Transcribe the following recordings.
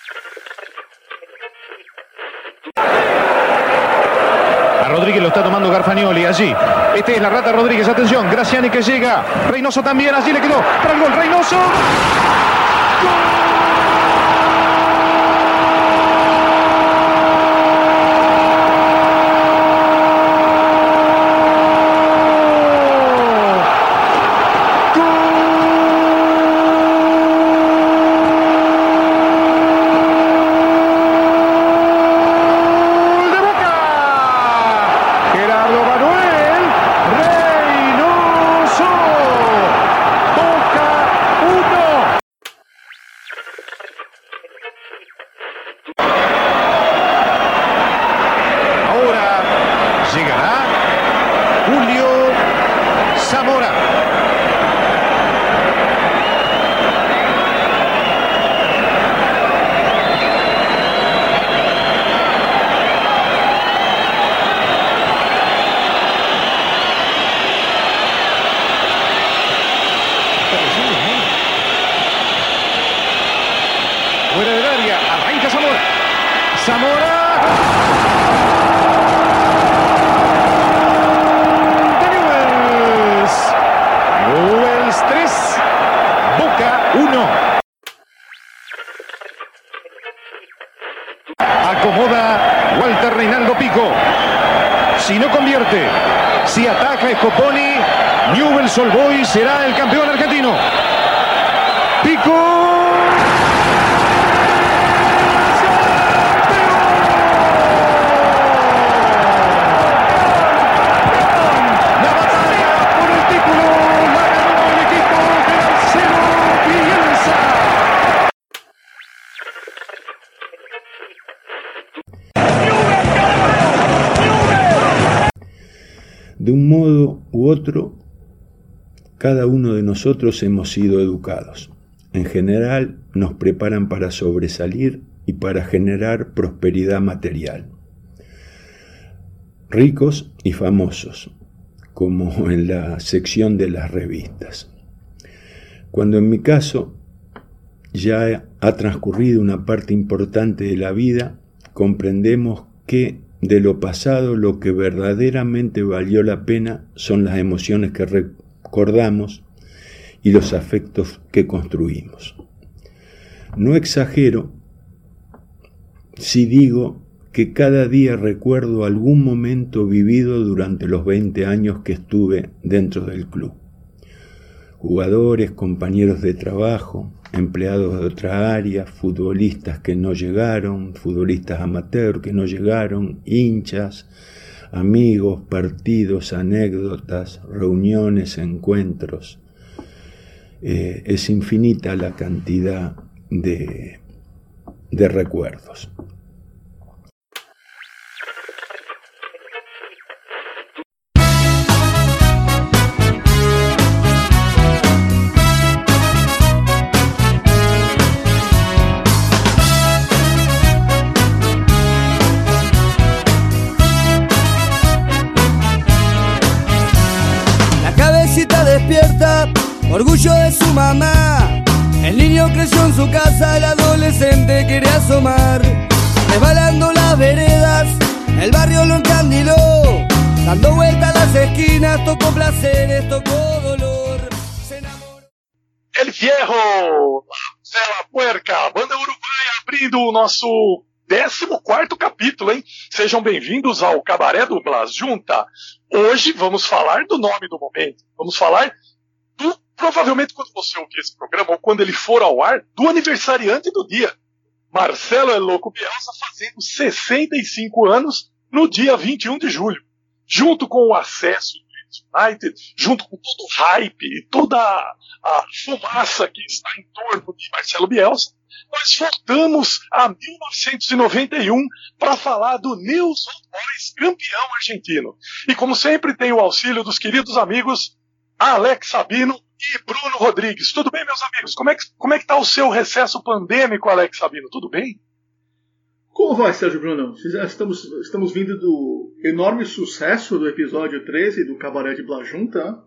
A Rodríguez lo está tomando Garfagnoli, allí. Este es la Rata Rodríguez, atención, Graciani que llega. Reynoso también, allí le quedó para el gol, Reynoso. ¡Gol! Fuera del área, arranca Zamora. Zamora. De Newell's. Newell's 3, Boca 1. Acomoda Walter Reinaldo Pico. Si no convierte, si ataca Scoponi, Newell's Old Boys será el campeón argentino. Pico. De un modo u otro, cada uno de nosotros hemos sido educados. En general, nos preparan para sobresalir y para generar prosperidad material. Ricos y famosos, como en la sección de las revistas. Cuando en mi caso ya ha transcurrido una parte importante de la vida, comprendemos que de lo pasado lo que verdaderamente valió la pena son las emociones que recordamos y los afectos que construimos. No exagero si digo que cada día recuerdo algún momento vivido durante los 20 años que estuve dentro del club. Jugadores, compañeros de trabajo, empleados de otra área, futbolistas que no llegaron, futbolistas amateur que no llegaron, hinchas, amigos, partidos, anécdotas, reuniones, encuentros. Es infinita la cantidad de recuerdos. Despierta, orgullo de su mamá. El niño creció en su casa, el adolescente quería asomar. Resbalando las veredas, el barrio lo encandiló. Dando vueltas a las esquinas, tocó placeres, tocó dolor. Se enamoró. El Fierro, Cela Puerca, banda uruguaia abrindo o nosso 14º capítulo, hein? Sejam bem-vindos ao Cabaré do Blas Junta. Hoje vamos falar do nome do momento. Vamos falar do, provavelmente quando você ouvir esse programa, ou quando ele for ao ar, do aniversariante do dia. Marcelo El Loco Bielsa fazendo 65 anos no dia 21 de julho. Junto com o acesso do United, junto com todo o hype e toda a fumaça que está em torno de Marcelo Bielsa, nós voltamos a 1991 para falar do Newell's Old Boys, campeão argentino. E como sempre tem o auxílio dos queridos amigos Alex Sabino e Bruno Rodrigues. Tudo bem, meus amigos? Como é que está o seu recesso pandêmico, Alex Sabino? Tudo bem? Como vai, Sérgio Bruno? Estamos vindo do enorme sucesso do episódio 13 do Cabaré de Blas Junta,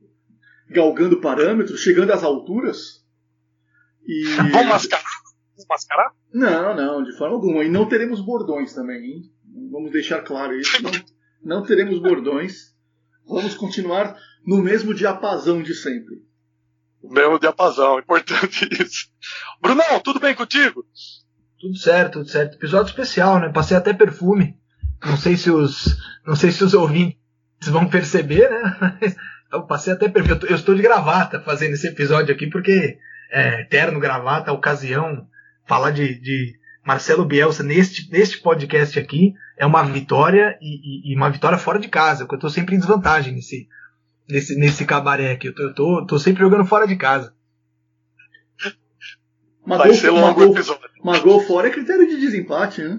galgando parâmetros, chegando às alturas. E... Bom mascarar? Não, de forma alguma. E não teremos bordões também, hein? Vamos deixar claro isso. Não teremos bordões. Vamos continuar no mesmo diapasão de sempre. O mesmo diapasão, importante isso. Brunão, tudo bem contigo? Tudo certo. Episódio especial, né? Passei até perfume. Não sei se os ouvintes vão perceber, né? Eu passei até perfume. Eu estou de gravata fazendo esse episódio aqui porque terno, gravata, ocasião, falar de Marcelo Bielsa neste podcast aqui é uma vitória e uma vitória fora de casa, porque eu estou sempre em desvantagem nesse cabaré aqui. Eu tô sempre jogando fora de casa. Vai ser longo o episódio. Mas gol fora é critério de desempate, né?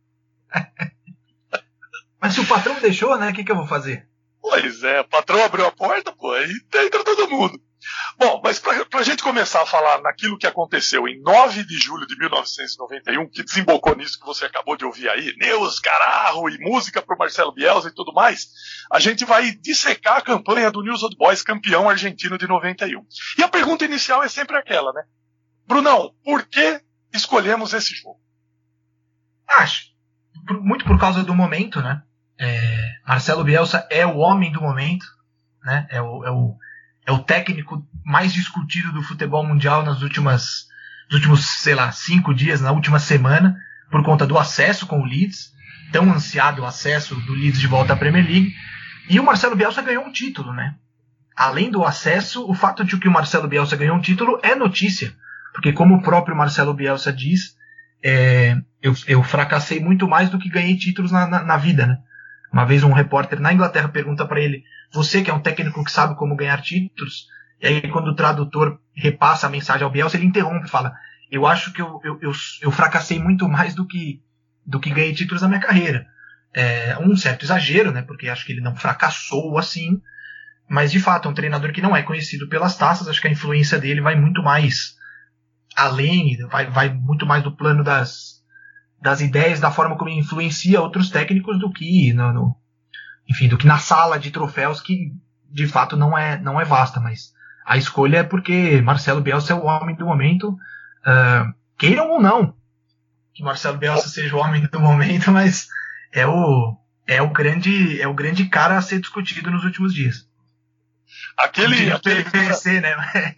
Mas se o patrão deixou, né? O que eu vou fazer? Pois é, o patrão abriu a porta, pô, aí entra todo mundo. Bom, mas pra gente começar a falar naquilo que aconteceu em 9 de julho de 1991, que desembocou nisso que você acabou de ouvir aí, Neus, Cararro e música pro Marcelo Bielsa e tudo mais, a gente vai dissecar a campanha do News Old Boys campeão argentino de 91. E a pergunta inicial é sempre aquela, né? Brunão, por que escolhemos esse jogo? Acho, muito por causa do momento, né? Marcelo Bielsa é o homem do momento, né? É o técnico mais discutido do futebol mundial nos últimos, sei lá, 5 dias, na última semana, por conta do acesso com o Leeds, tão ansiado o acesso do Leeds de volta à Premier League. E o Marcelo Bielsa ganhou um título, né? Além do acesso, o fato de que o Marcelo Bielsa ganhou um título é notícia, porque como o próprio Marcelo Bielsa diz, eu fracassei muito mais do que ganhei títulos na vida, né? Uma vez um repórter na Inglaterra pergunta para ele: você que é um técnico que sabe como ganhar títulos? E aí quando o tradutor repassa a mensagem ao Bielsa, ele interrompe e fala: eu acho que eu fracassei muito mais do que ganhei títulos na minha carreira. Um certo exagero, né? Porque acho que ele não fracassou assim, mas de fato é um treinador que não é conhecido pelas taças. Acho que a influência dele vai muito mais além, vai muito mais do plano das ideias, da forma como ele influencia outros técnicos do que do que na sala de troféus, que de fato não é vasta, mas a escolha é porque Marcelo Bielsa é o homem do momento, queiram ou não que Marcelo Bielsa seja o homem do momento, mas é o grande cara a ser discutido nos últimos dias. Aquele PVC, né?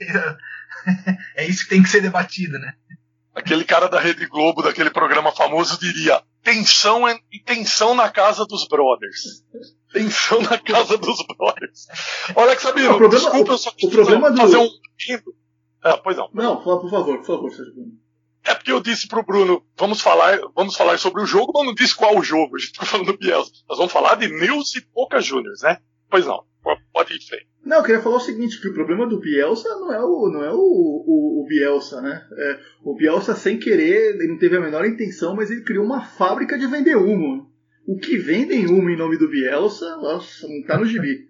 É isso que tem que ser debatido, né? Aquele cara da Rede Globo, daquele programa famoso, diria: tensão na casa dos brothers. Tensão na casa dos brothers. Olha que Sabino, desculpa, eu só quis fazer um... pois não. Não, por favor, Sérgio Bruno. É porque eu disse pro Bruno, vamos falar sobre o jogo, mas não disse qual o jogo, a gente tá falando do Bielsa. Nós vamos falar de Neus e Boca Juniors, né? Pois não, pode ir em frente. Não, eu queria falar o seguinte, que o problema do Bielsa não é o Bielsa, né? O Bielsa, sem querer, ele não teve a menor intenção, mas ele criou uma fábrica de vender humo. O que vendem humo em nome do Bielsa, nossa, não tá no gibi.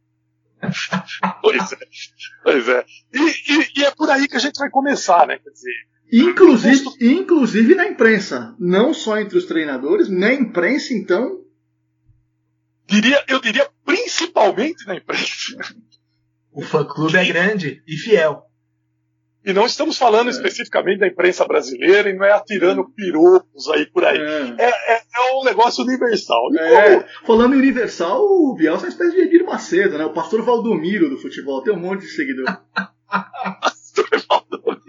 Pois é. E é por aí que a gente vai começar, né? Quer dizer, inclusive na imprensa. Não só entre os treinadores, na imprensa, então... Eu diria principalmente na imprensa. O fã-clube é grande e fiel. E não estamos falando especificamente da imprensa brasileira e não é atirando piropos aí por aí. É um negócio universal. Falando em universal, o Bielsa é uma espécie de Edir Macedo, né? O pastor Valdomiro do futebol. Tem um monte de seguidor. Pastor Valdomiro.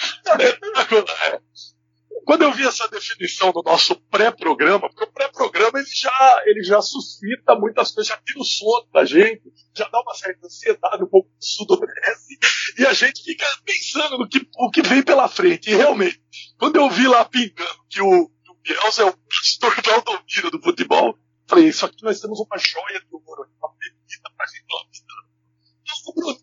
Quando eu vi essa definição do nosso pré-programa, porque o pré-programa ele já suscita muitas coisas, já tira o sono da gente, já dá uma certa ansiedade, um pouco de sudorese, e a gente fica pensando no que vem pela frente. E realmente, quando eu vi lá pingando que o Bielsa é o pastor Valdomiro do futebol, falei: isso aqui nós temos uma joia de ouro, uma bebida pra gente lá.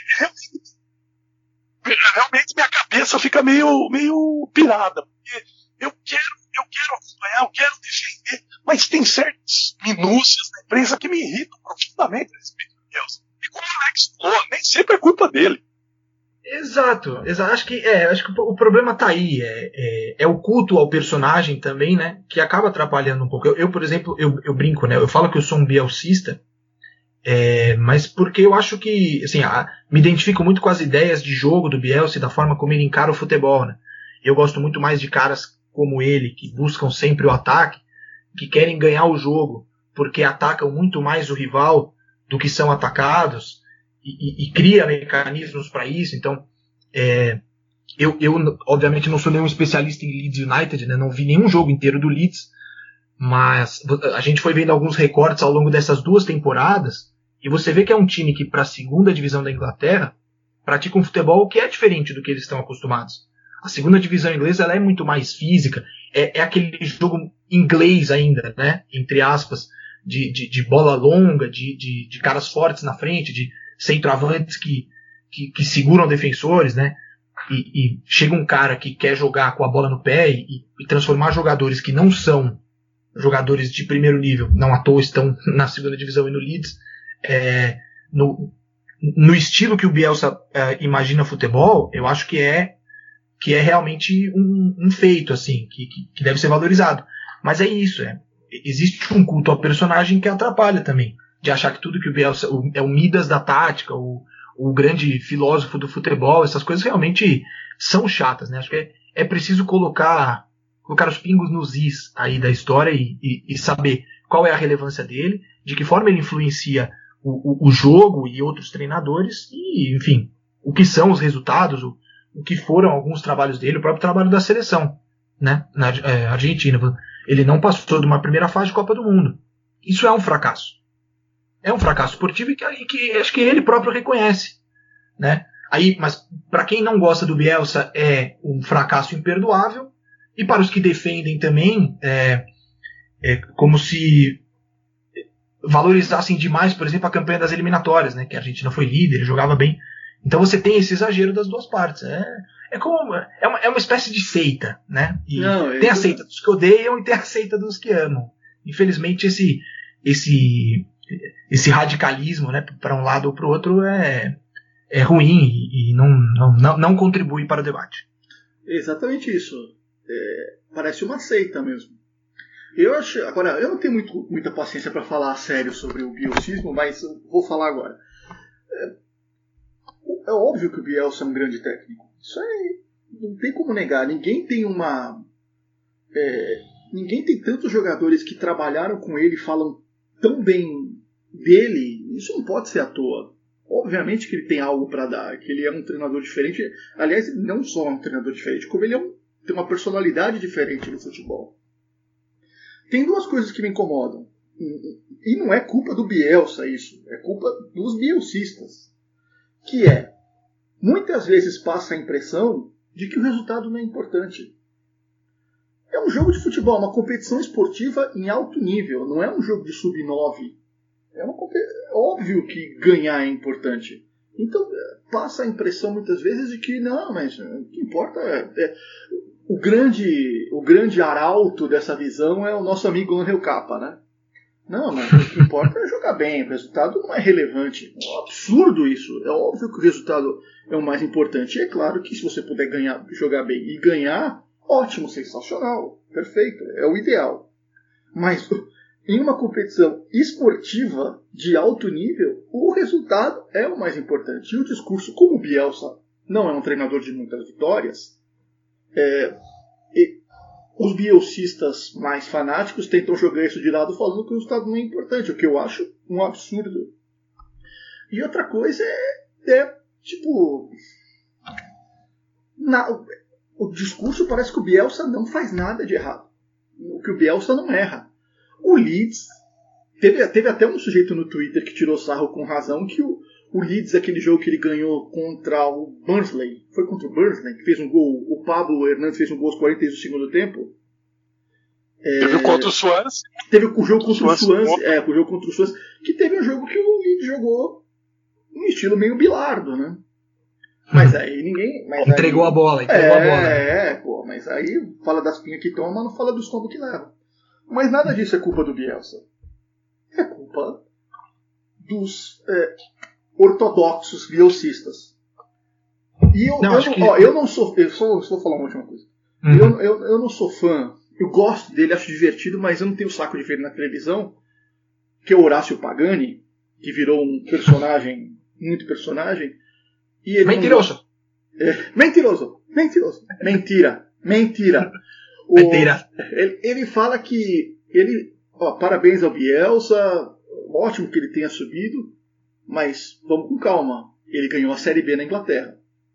Realmente minha cabeça fica meio pirada, porque eu quero acompanhar, eu quero defender, mas tem certas minúcias da imprensa que me irritam profundamente a respeito do Bielsa. E como o Alex falou, nem sempre é culpa dele. Exato. Acho que o problema tá aí. É o culto ao personagem também, né? Que acaba atrapalhando um pouco. Eu por exemplo, eu brinco, né? Eu falo que eu sou um bielcista, mas porque eu acho que, assim, me identifico muito com as ideias de jogo do Bielsa e da forma como ele encara o futebol, né? Eu gosto muito mais de caras como ele, que buscam sempre o ataque, que querem ganhar o jogo, porque atacam muito mais o rival do que são atacados, e cria mecanismos para isso. Então, eu obviamente não sou nenhum especialista em Leeds United, né? Não vi nenhum jogo inteiro do Leeds, mas a gente foi vendo alguns recortes ao longo dessas 2 temporadas, e você vê que é um time que, para a segunda divisão da Inglaterra, pratica um futebol que é diferente do que eles estão acostumados. A segunda divisão inglesa ela é muito mais física, é aquele jogo inglês ainda, né? Entre aspas, de bola longa, de caras fortes na frente, de centroavantes que seguram defensores, né? E chega um cara que quer jogar com a bola no pé e transformar jogadores que não são jogadores de primeiro nível, não à toa estão na segunda divisão e no Leeds, no estilo que o Bielsa imagina futebol, eu acho que é realmente um feito, assim, que deve ser valorizado. Mas é isso, existe um culto ao personagem que atrapalha também, de achar que tudo que o Bielsa é o Midas da tática, o grande filósofo do futebol, essas coisas realmente são chatas, né? Acho que é preciso colocar os pingos nos is aí da história e saber qual é a relevância dele, de que forma ele influencia o jogo e outros treinadores, e, enfim, o que são os resultados, o que foram alguns trabalhos dele, o próprio trabalho da seleção, né, na Argentina. Ele não passou de uma primeira fase de Copa do Mundo. Isso é um fracasso. É um fracasso esportivo e que acho que ele próprio reconhece, né? Mas para quem não gosta do Bielsa é um fracasso imperdoável, e para os que defendem também é como se valorizassem demais, por exemplo, a campanha das eliminatórias, né? Que a Argentina foi líder, jogava bem. Então você tem esse exagero das duas partes. É uma espécie de seita, né? E tem a seita dos que odeiam e tem a seita dos que amam. Infelizmente esse radicalismo, né, para um lado ou para o outro é ruim e não contribui para o debate. Exatamente isso. Parece uma seita mesmo. Agora, eu não tenho muita paciência para falar a sério sobre o bielcismo, mas eu vou falar agora. É óbvio que o Bielsa é um grande técnico. Isso aí não tem como negar. Ninguém tem tantos jogadores que trabalharam com ele e falam tão bem dele. Isso não pode ser à toa. Obviamente que ele tem algo para dar, que ele é um treinador diferente. Aliás, não só um treinador diferente, como ele tem uma personalidade diferente no futebol. Tem 2 coisas que me incomodam. E não é culpa do Bielsa isso. É culpa dos bielcistas. Que muitas vezes passa a impressão de que o resultado não é importante. É um jogo de futebol, uma competição esportiva em alto nível, não é um jogo de sub-9. É óbvio que ganhar é importante. Então passa a impressão muitas vezes de que não, mas o que importa o grande arauto dessa visão é o nosso amigo Angel Capa, né? Não, mas o que importa é jogar bem, o resultado não é relevante. É um absurdo isso. É óbvio que o resultado é o mais importante. E é claro que se você puder jogar bem e ganhar, ótimo, sensacional, perfeito, é o ideal. Mas em uma competição esportiva de alto nível, o resultado é o mais importante. E o discurso, como o Bielsa não é um treinador de muitas vitórias, os bielcistas mais fanáticos tentam jogar isso de lado falando que o resultado não é importante, o que eu acho um absurdo. E outra coisa o discurso parece que o Bielsa não faz nada de errado. Que o Bielsa não erra. O Leeds, teve até um sujeito no Twitter que tirou sarro com razão que o Leeds, aquele jogo que ele ganhou contra o Barnsley, foi contra o Barnsley, que fez um gol, o Pablo Hernandes fez um gol aos 40 do segundo tempo. Teve contra o Swansea. Teve o jogo contra o Swansea, o jogo contra o Swansea, que teve um jogo que o Leeds jogou um estilo meio bilardo, né? Mas aí ninguém... Entregou a bola. Mas aí fala das pinhas que toma, não fala dos tombos que leva. Mas nada disso é culpa do Bielsa. É culpa dos ortodoxos bielcistas. E eu não sou... Eu só vou falar uma última coisa. Uhum. Eu não sou fã. Eu gosto dele, acho divertido, mas eu não tenho saco de ver ele na televisão, que é o Horácio Pagani, que virou um personagem, muito personagem. E ele mentiroso. Mentiroso. Mentira. Mentira. Mentira. Ele fala que parabéns ao Bielsa, ótimo que ele tenha subido, mas vamos com calma. Ele ganhou a Série B na Inglaterra.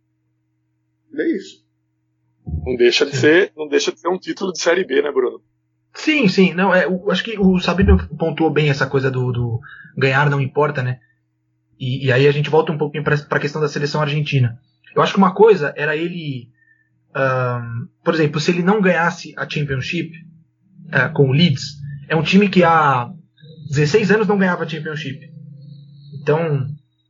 É isso. Não deixa de ser um título de Série B, né, Bruno? Sim. Não, acho que o Sabino pontuou bem essa coisa do ganhar não importa, né? E aí a gente volta um pouquinho para a questão da seleção argentina. Eu acho que uma coisa era ele, por exemplo, se ele não ganhasse a Championship com o Leeds, é um time que há 16 anos não ganhava a Championship. Então,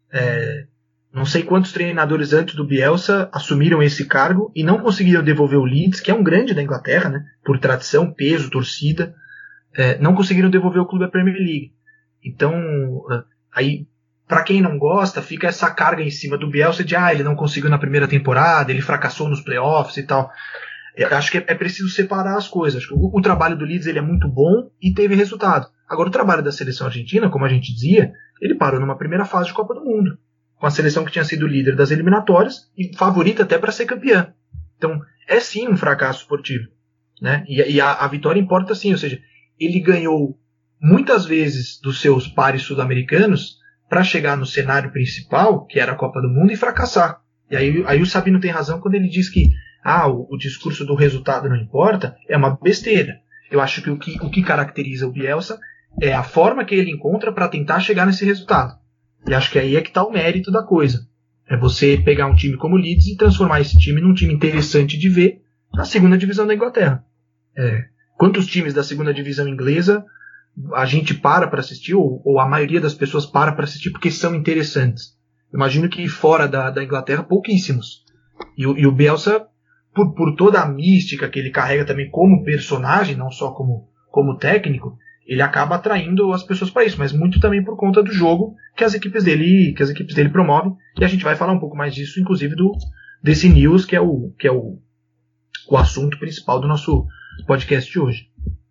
não sei quantos treinadores antes do Bielsa assumiram esse cargo e não conseguiram devolver o Leeds, que é um grande da Inglaterra, né, por tradição, peso, torcida, não conseguiram devolver o clube à Premier League. Então, aí, para quem não gosta, fica essa carga em cima do Bielsa de ele não conseguiu na primeira temporada, ele fracassou nos playoffs e tal. Eu acho que é preciso separar as coisas. Acho que o trabalho do Leeds ele é muito bom e teve resultado. Agora, o trabalho da seleção argentina, como a gente dizia, ele parou numa primeira fase de Copa do Mundo, com a seleção que tinha sido líder das eliminatórias e favorita até para ser campeã. Então, é sim um fracasso esportivo, né? E a vitória importa sim, ou seja, ele ganhou muitas vezes dos seus pares sul-americanos para chegar no cenário principal, que era a Copa do Mundo, e fracassar. E aí o Sabino tem razão quando ele diz que o discurso do resultado não importa, é uma besteira. Eu acho que o que caracteriza o Bielsa é a forma que ele encontra para tentar chegar nesse resultado. E acho que aí é que está o mérito da coisa. É você pegar um time como o Leeds e transformar esse time num time interessante de ver na segunda divisão da Inglaterra. Quantos times da segunda divisão inglesa a gente para assistir, ou a maioria das pessoas para assistir porque são interessantes? Imagino que fora da Inglaterra, pouquíssimos. E o Bielsa, por toda a mística que ele carrega também como personagem, não só como técnico, ele acaba atraindo as pessoas para isso, mas muito também por conta do jogo que as equipes dele promovem, e a gente vai falar um pouco mais disso, inclusive desse News, que é o assunto principal do nosso podcast de hoje.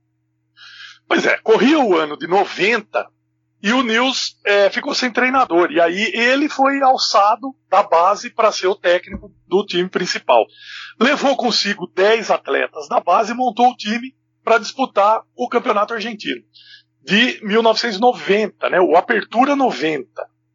Pois é, corria o ano de 90 e o News ficou sem treinador, e aí ele foi alçado da base para ser o técnico do time principal. Levou consigo 10 atletas da base e montou o time para disputar o campeonato argentino de 1990, né, o Apertura 90.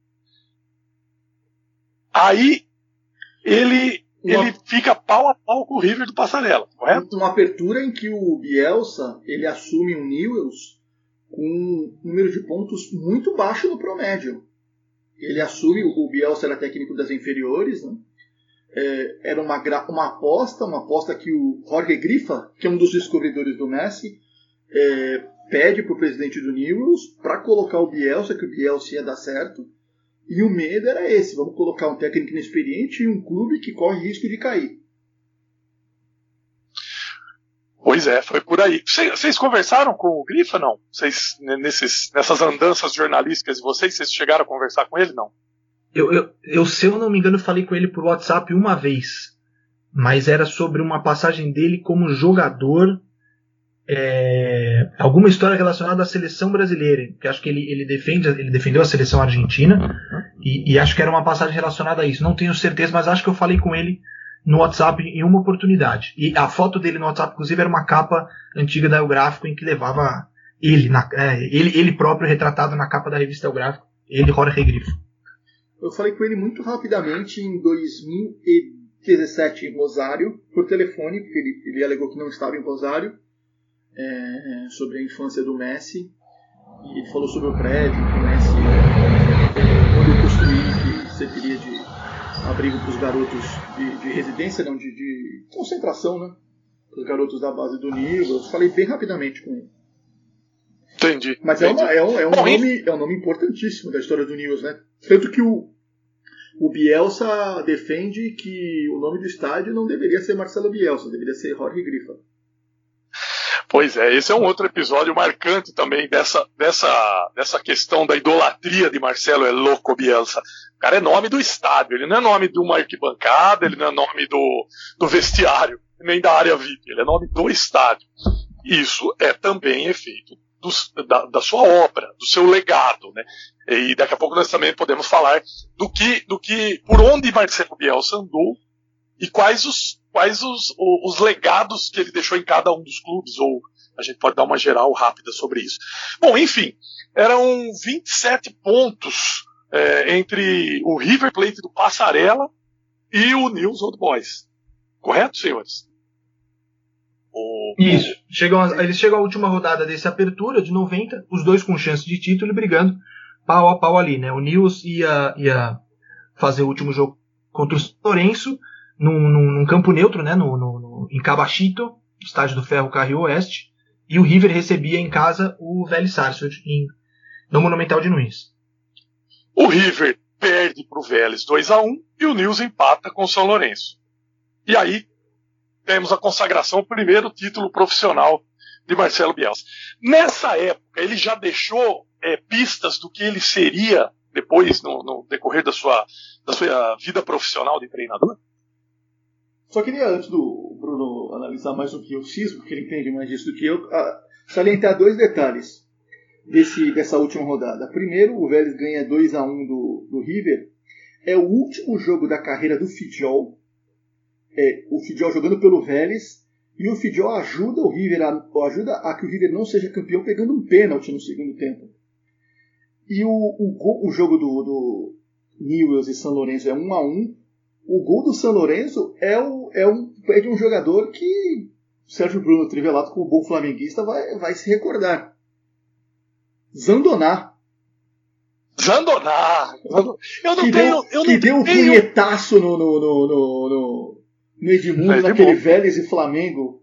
Aí ele fica pau a pau com o River do Passarella, correto? Uma apertura em que o Bielsa ele assume um Newell's com um número de pontos muito baixo no promédio. Ele assume, o Bielsa era técnico das inferiores, né? Era uma aposta que o Jorge Griffa, que é um dos descobridores do Messi, pede para o presidente do Newell's para colocar o Bielsa, que o Bielsa ia dar certo. E o medo era esse: vamos colocar um técnico inexperiente em um clube que corre risco de cair. Pois é, foi por aí. Vocês conversaram com o Griffa, não? Vocês, nessas andanças jornalísticas de vocês chegaram a conversar com ele, não? Eu, se eu não me engano, falei com ele por WhatsApp uma vez, mas era sobre uma passagem dele como jogador, alguma história relacionada à seleção brasileira, que acho que ele defendeu a seleção argentina, e acho que era uma passagem relacionada a isso. Não tenho certeza, mas acho que eu falei com ele no WhatsApp em uma oportunidade. E a foto dele no WhatsApp, inclusive, era uma capa antiga da El Gráfico em que levava ele próprio retratado na capa da revista El Gráfico, ele, Jorge Grifo. Eu falei com ele muito rapidamente em 2017 em Rosário, por telefone, porque ele alegou que não estava em Rosário, sobre a infância do Messi. E ele falou sobre o prédio que o Messi, quando construir, que serviria de abrigo para os garotos de residência, não, de concentração, né? Para os garotos da base do nível. Eu falei bem rapidamente com ele. Entendi. Mas entendi. É um nome importantíssimo da história do Newell's, né? Tanto que o Bielsa defende que o nome do estádio não deveria ser Marcelo Bielsa, deveria ser Jorge Griffa. Pois é, esse é um outro episódio marcante também dessa questão da idolatria de Marcelo Louco Bielsa. O cara é nome do estádio, ele não é nome de uma arquibancada, ele não é nome do vestiário, nem da área VIP, ele é nome do estádio. Isso é também efeito da sua obra, do seu legado, né? E daqui a pouco nós também podemos falar por onde Marcelo Bielsa andou e quais quais os legados que ele deixou em cada um dos clubes, ou a gente pode dar uma geral rápida sobre isso. Bom, enfim, eram 27 pontos entre o River Plate do Passarella e o Newell's Old Boys. Correto, senhores? Isso. Eles chegam à última rodada dessa apertura de 90, os dois com chance de título e brigando pau a pau ali, né? O Newell's ia fazer o último jogo contra o São Lourenço num campo neutro, né? Em Cabachito, estádio do Ferro Carril Oeste, e o River recebia em casa o Vélez Sarsfield no Monumental de Nunes. O River perde para o Vélez 2-1 e o Newell's empata com o São Lourenço. E aí temos a consagração, o primeiro título profissional de Marcelo Bielsa. Nessa época, ele já deixou pistas do que ele seria depois, no decorrer da sua vida profissional de treinador? Só queria, antes do Bruno analisar mais o que eu fiz, porque ele entende mais disso do que eu, salientar dois detalhes dessa última rodada. Primeiro, o Vélez ganha 2-1 do River. É o último jogo da carreira do Fidjol. O Fidjol jogando pelo Vélez, e o Fidjol ajuda ajuda a que o River não seja campeão pegando um pênalti no segundo tempo. E o jogo do Newell's e São Lourenço é 1-1. O gol do São Lourenço é de um jogador que o Sérgio Bruno Trivelato, como bom flamenguista, vai se recordar. Zandoná. Eu não tenho. Que deu um punhetaço no Edmundo, naquele Vélez e Flamengo.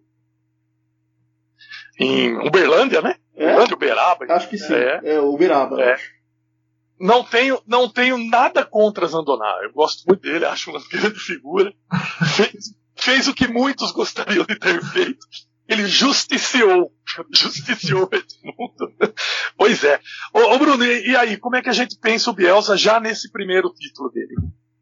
Em Uberlândia, né? Uberaba. Acho que sim. Uberaba. Acho. Não tenho nada contra Zandoná. Eu gosto muito dele, acho uma grande figura. Fez o que muitos gostariam de ter feito. Ele justiciou o Edmundo. Pois é. Ô Bruno, e aí, como é que a gente pensa o Bielsa já nesse primeiro título dele?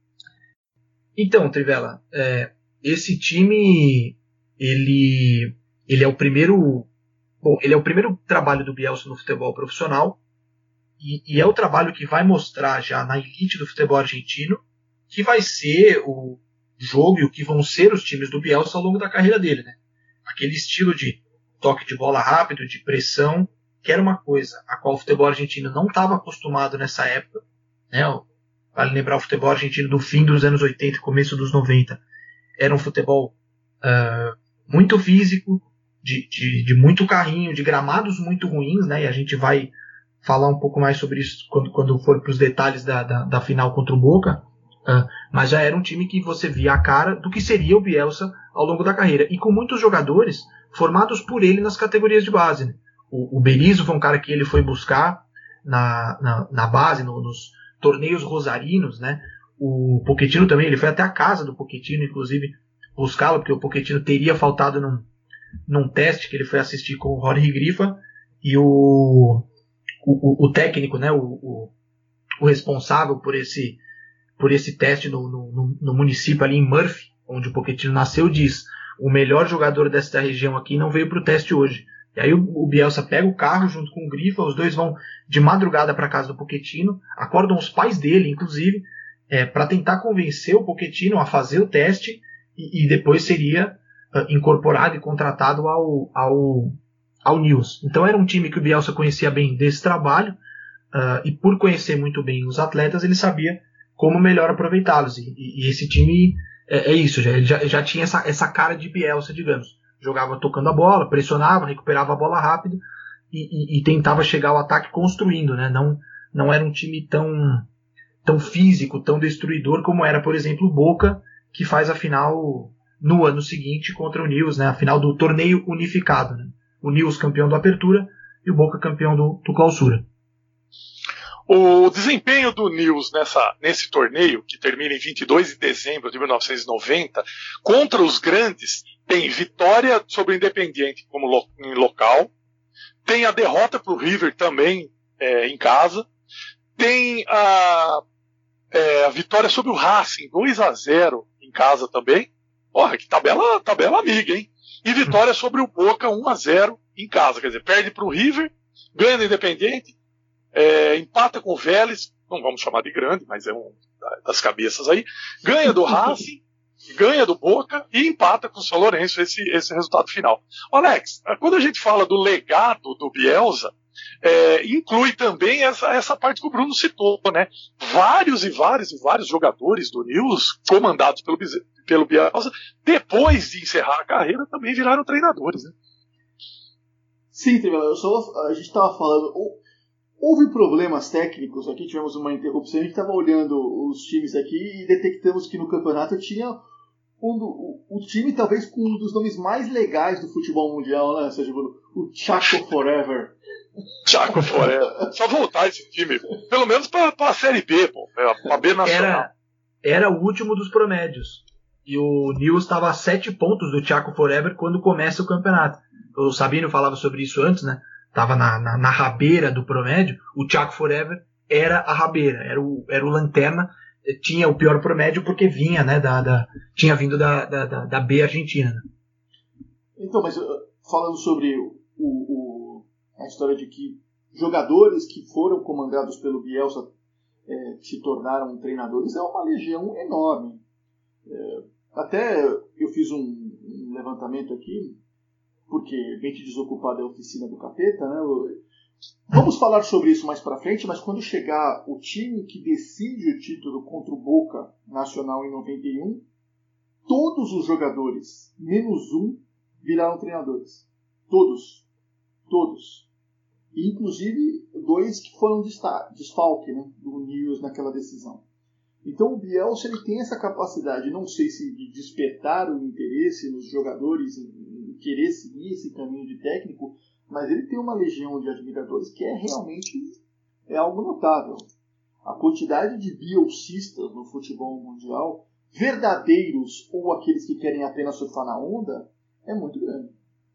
Então, Trivela, esse time, ele é o primeiro. Bom, ele é o primeiro trabalho do Bielsa no futebol profissional e é o trabalho que vai mostrar já na elite do futebol argentino que vai ser o jogo e o que vão ser os times do Bielsa ao longo da carreira dele, né? Aquele estilo de toque de bola rápido, de pressão, que era uma coisa a qual o futebol argentino não estava acostumado nessa época, né? Vale lembrar, o futebol argentino do fim dos anos 80 e começo dos 90 era um futebol muito físico, de muito carrinho, de gramados muito ruins, né? E a gente vai falar um pouco mais sobre isso quando for para os detalhes da final contra o Boca, mas já era um time que você via a cara do que seria o Bielsa ao longo da carreira, e com muitos jogadores formados por ele nas categorias de base, né? O Berizzo foi um cara que ele foi buscar na base, nos torneios rosarinos, né? O Pochettino também, ele foi até a casa do Pochettino, inclusive, buscá-lo, porque o Pochettino teria faltado num teste que ele foi assistir com o Jorge Griffa, e o técnico, né, o responsável por esse teste no município ali em Murphy, onde o Pochettino nasceu, diz: o melhor jogador desta região aqui não veio para o teste hoje. E aí o Bielsa pega o carro junto com o Griffa, os dois vão de madrugada para casa do Pochettino, acordam os pais dele, inclusive, para tentar convencer o Pochettino a fazer o teste, e depois seria incorporado e contratado ao Newell's. Então era um time que o Bielsa conhecia bem desse trabalho, e por conhecer muito bem os atletas, ele sabia como melhor aproveitá-los. E esse time é isso, ele já tinha essa cara de Bielsa, digamos. Jogava tocando a bola, pressionava, recuperava a bola rápido e tentava chegar ao ataque construindo, né? Não era um time tão físico, tão destruidor como era, por exemplo, o Boca, que faz a final no ano seguinte contra o Newell's, né? A final do torneio unificado, né? O Newell's campeão do Apertura e o Boca campeão do Clausura. O desempenho do Newell's nesse torneio, que termina em 22 de dezembro de 1990, contra os grandes, tem vitória sobre o Independiente como em local, tem a derrota para o River também em casa, tem a vitória sobre o Racing 2-0 em casa também. Porra, que tabela amiga, hein? E vitória sobre o Boca 1-0 em casa, quer dizer, perde para o River, ganha do Independiente, empata com o Vélez, não vamos chamar de grande, mas é um das cabeças aí, ganha do Racing, ganha do Boca e empata com o São Lourenço esse resultado final. Alex, quando a gente fala do legado do Bielsa, inclui também essa parte que o Bruno citou, né? Vários jogadores do Nils, comandados pelo Bielsa, depois de encerrar a carreira, também viraram treinadores, né? Sim, a gente estava falando, houve problemas técnicos aqui, tivemos uma interrupção, a gente estava olhando os times aqui e detectamos que no campeonato tinha o time talvez com um dos nomes mais legais do futebol mundial, né? Ou seja, o Chaco Forever. Chaco Forever. Só voltar esse time, pelo menos para a Série B, pô, para B Nacional. Era o último dos promédios. E o Nils estava a 7 pontos do Chaco Forever quando começa o campeonato. O Sabino falava sobre isso antes, né? Estava na rabeira do promédio. O Chaco Forever era a rabeira, era o lanterna. Tinha o pior promédio porque vinha, né? Tinha vindo da B Argentina. Né? Então, mas falando sobre a história de que jogadores que foram comandados pelo Bielsa se tornaram treinadores, é uma legião enorme. Até eu fiz um levantamento aqui, porque mente desocupada é a oficina do capeta, né? Vamos falar sobre isso mais pra frente, mas quando chegar o time que decide o título contra o Boca Nacional em 91, todos os jogadores, menos um, viraram treinadores. Todos. E, inclusive 2 que foram desfalque, né, do Nils naquela decisão. Então o Bielsa ele tem essa capacidade, não sei se de despertar o interesse nos jogadores em querer seguir esse caminho de técnico, mas ele tem uma legião de admiradores que realmente algo notável. A quantidade de bielsistas no futebol mundial, verdadeiros ou aqueles que querem apenas surfar na onda, é muito grande.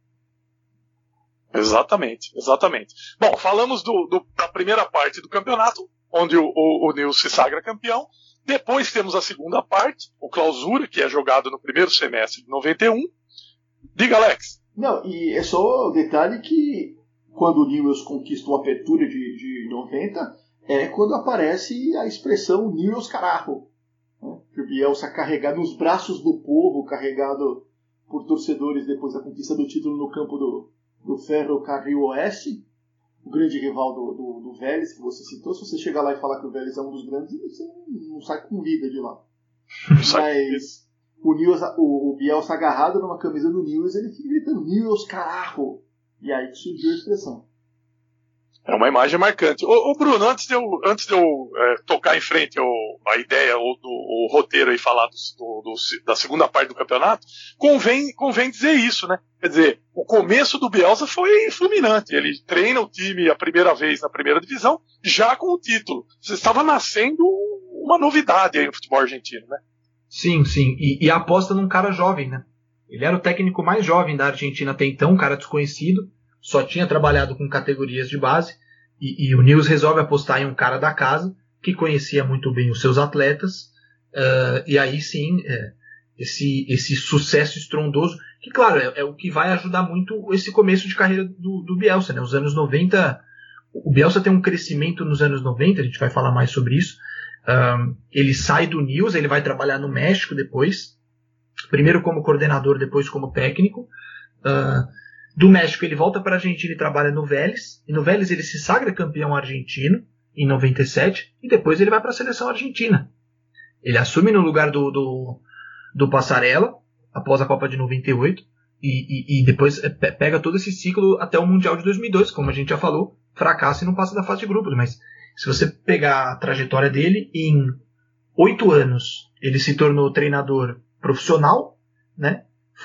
Exatamente. Bom, falamos da primeira parte do campeonato, onde o Nils se sagra campeão. Depois temos a segunda parte, o Clausura, que é jogado no primeiro semestre de 91. Diga, Alex. Não, e é só o detalhe que quando o Newell's conquista a apertura de 90, é quando aparece a expressão Newell's Carajo. Né? Que o Bielsa carregado nos braços do povo, carregado por torcedores depois da conquista do título no campo do Ferrocarril Oeste, o grande rival do Vélez, que você citou. Se você chegar lá e falar que o Vélez é um dos grandes, você não sai com vida de lá. Mas o Bielsa agarrado numa camisa do Newell's, ele fica gritando Newell's Carajo. E aí que surgiu a expressão. É uma imagem marcante. Ô Bruno, antes de eu tocar em frente a ideia ou o roteiro e falar da segunda parte do campeonato, convém dizer isso, né? Quer dizer, o começo do Bielsa foi fulminante. Ele treina o time a primeira vez na primeira divisão, já com o título. Você estava nascendo uma novidade aí no futebol argentino, né? Sim. E aposta num cara jovem, né? Ele era o técnico mais jovem da Argentina até então, um cara desconhecido, só tinha trabalhado com categorias de base, e o Nils resolve apostar em um cara da casa, que conhecia muito bem os seus atletas, e aí sim, esse sucesso estrondoso, que claro, é o que vai ajudar muito esse começo de carreira do Bielsa, né? Os anos 90, o Bielsa tem um crescimento nos anos 90, a gente vai falar mais sobre isso. Ele sai do Nils, ele vai trabalhar no México depois, primeiro como coordenador, depois como técnico. Do México ele volta para a Argentina e trabalha no Vélez, e no Vélez ele se sagra campeão argentino em 97, e depois ele vai para a seleção argentina. Ele assume no lugar do Passarella após a Copa de 98, e depois pega todo esse ciclo até o Mundial de 2002, como a gente já falou, fracassa e não passa da fase de grupos. Mas se você pegar a trajetória dele, em 8 anos ele se tornou treinador profissional, né?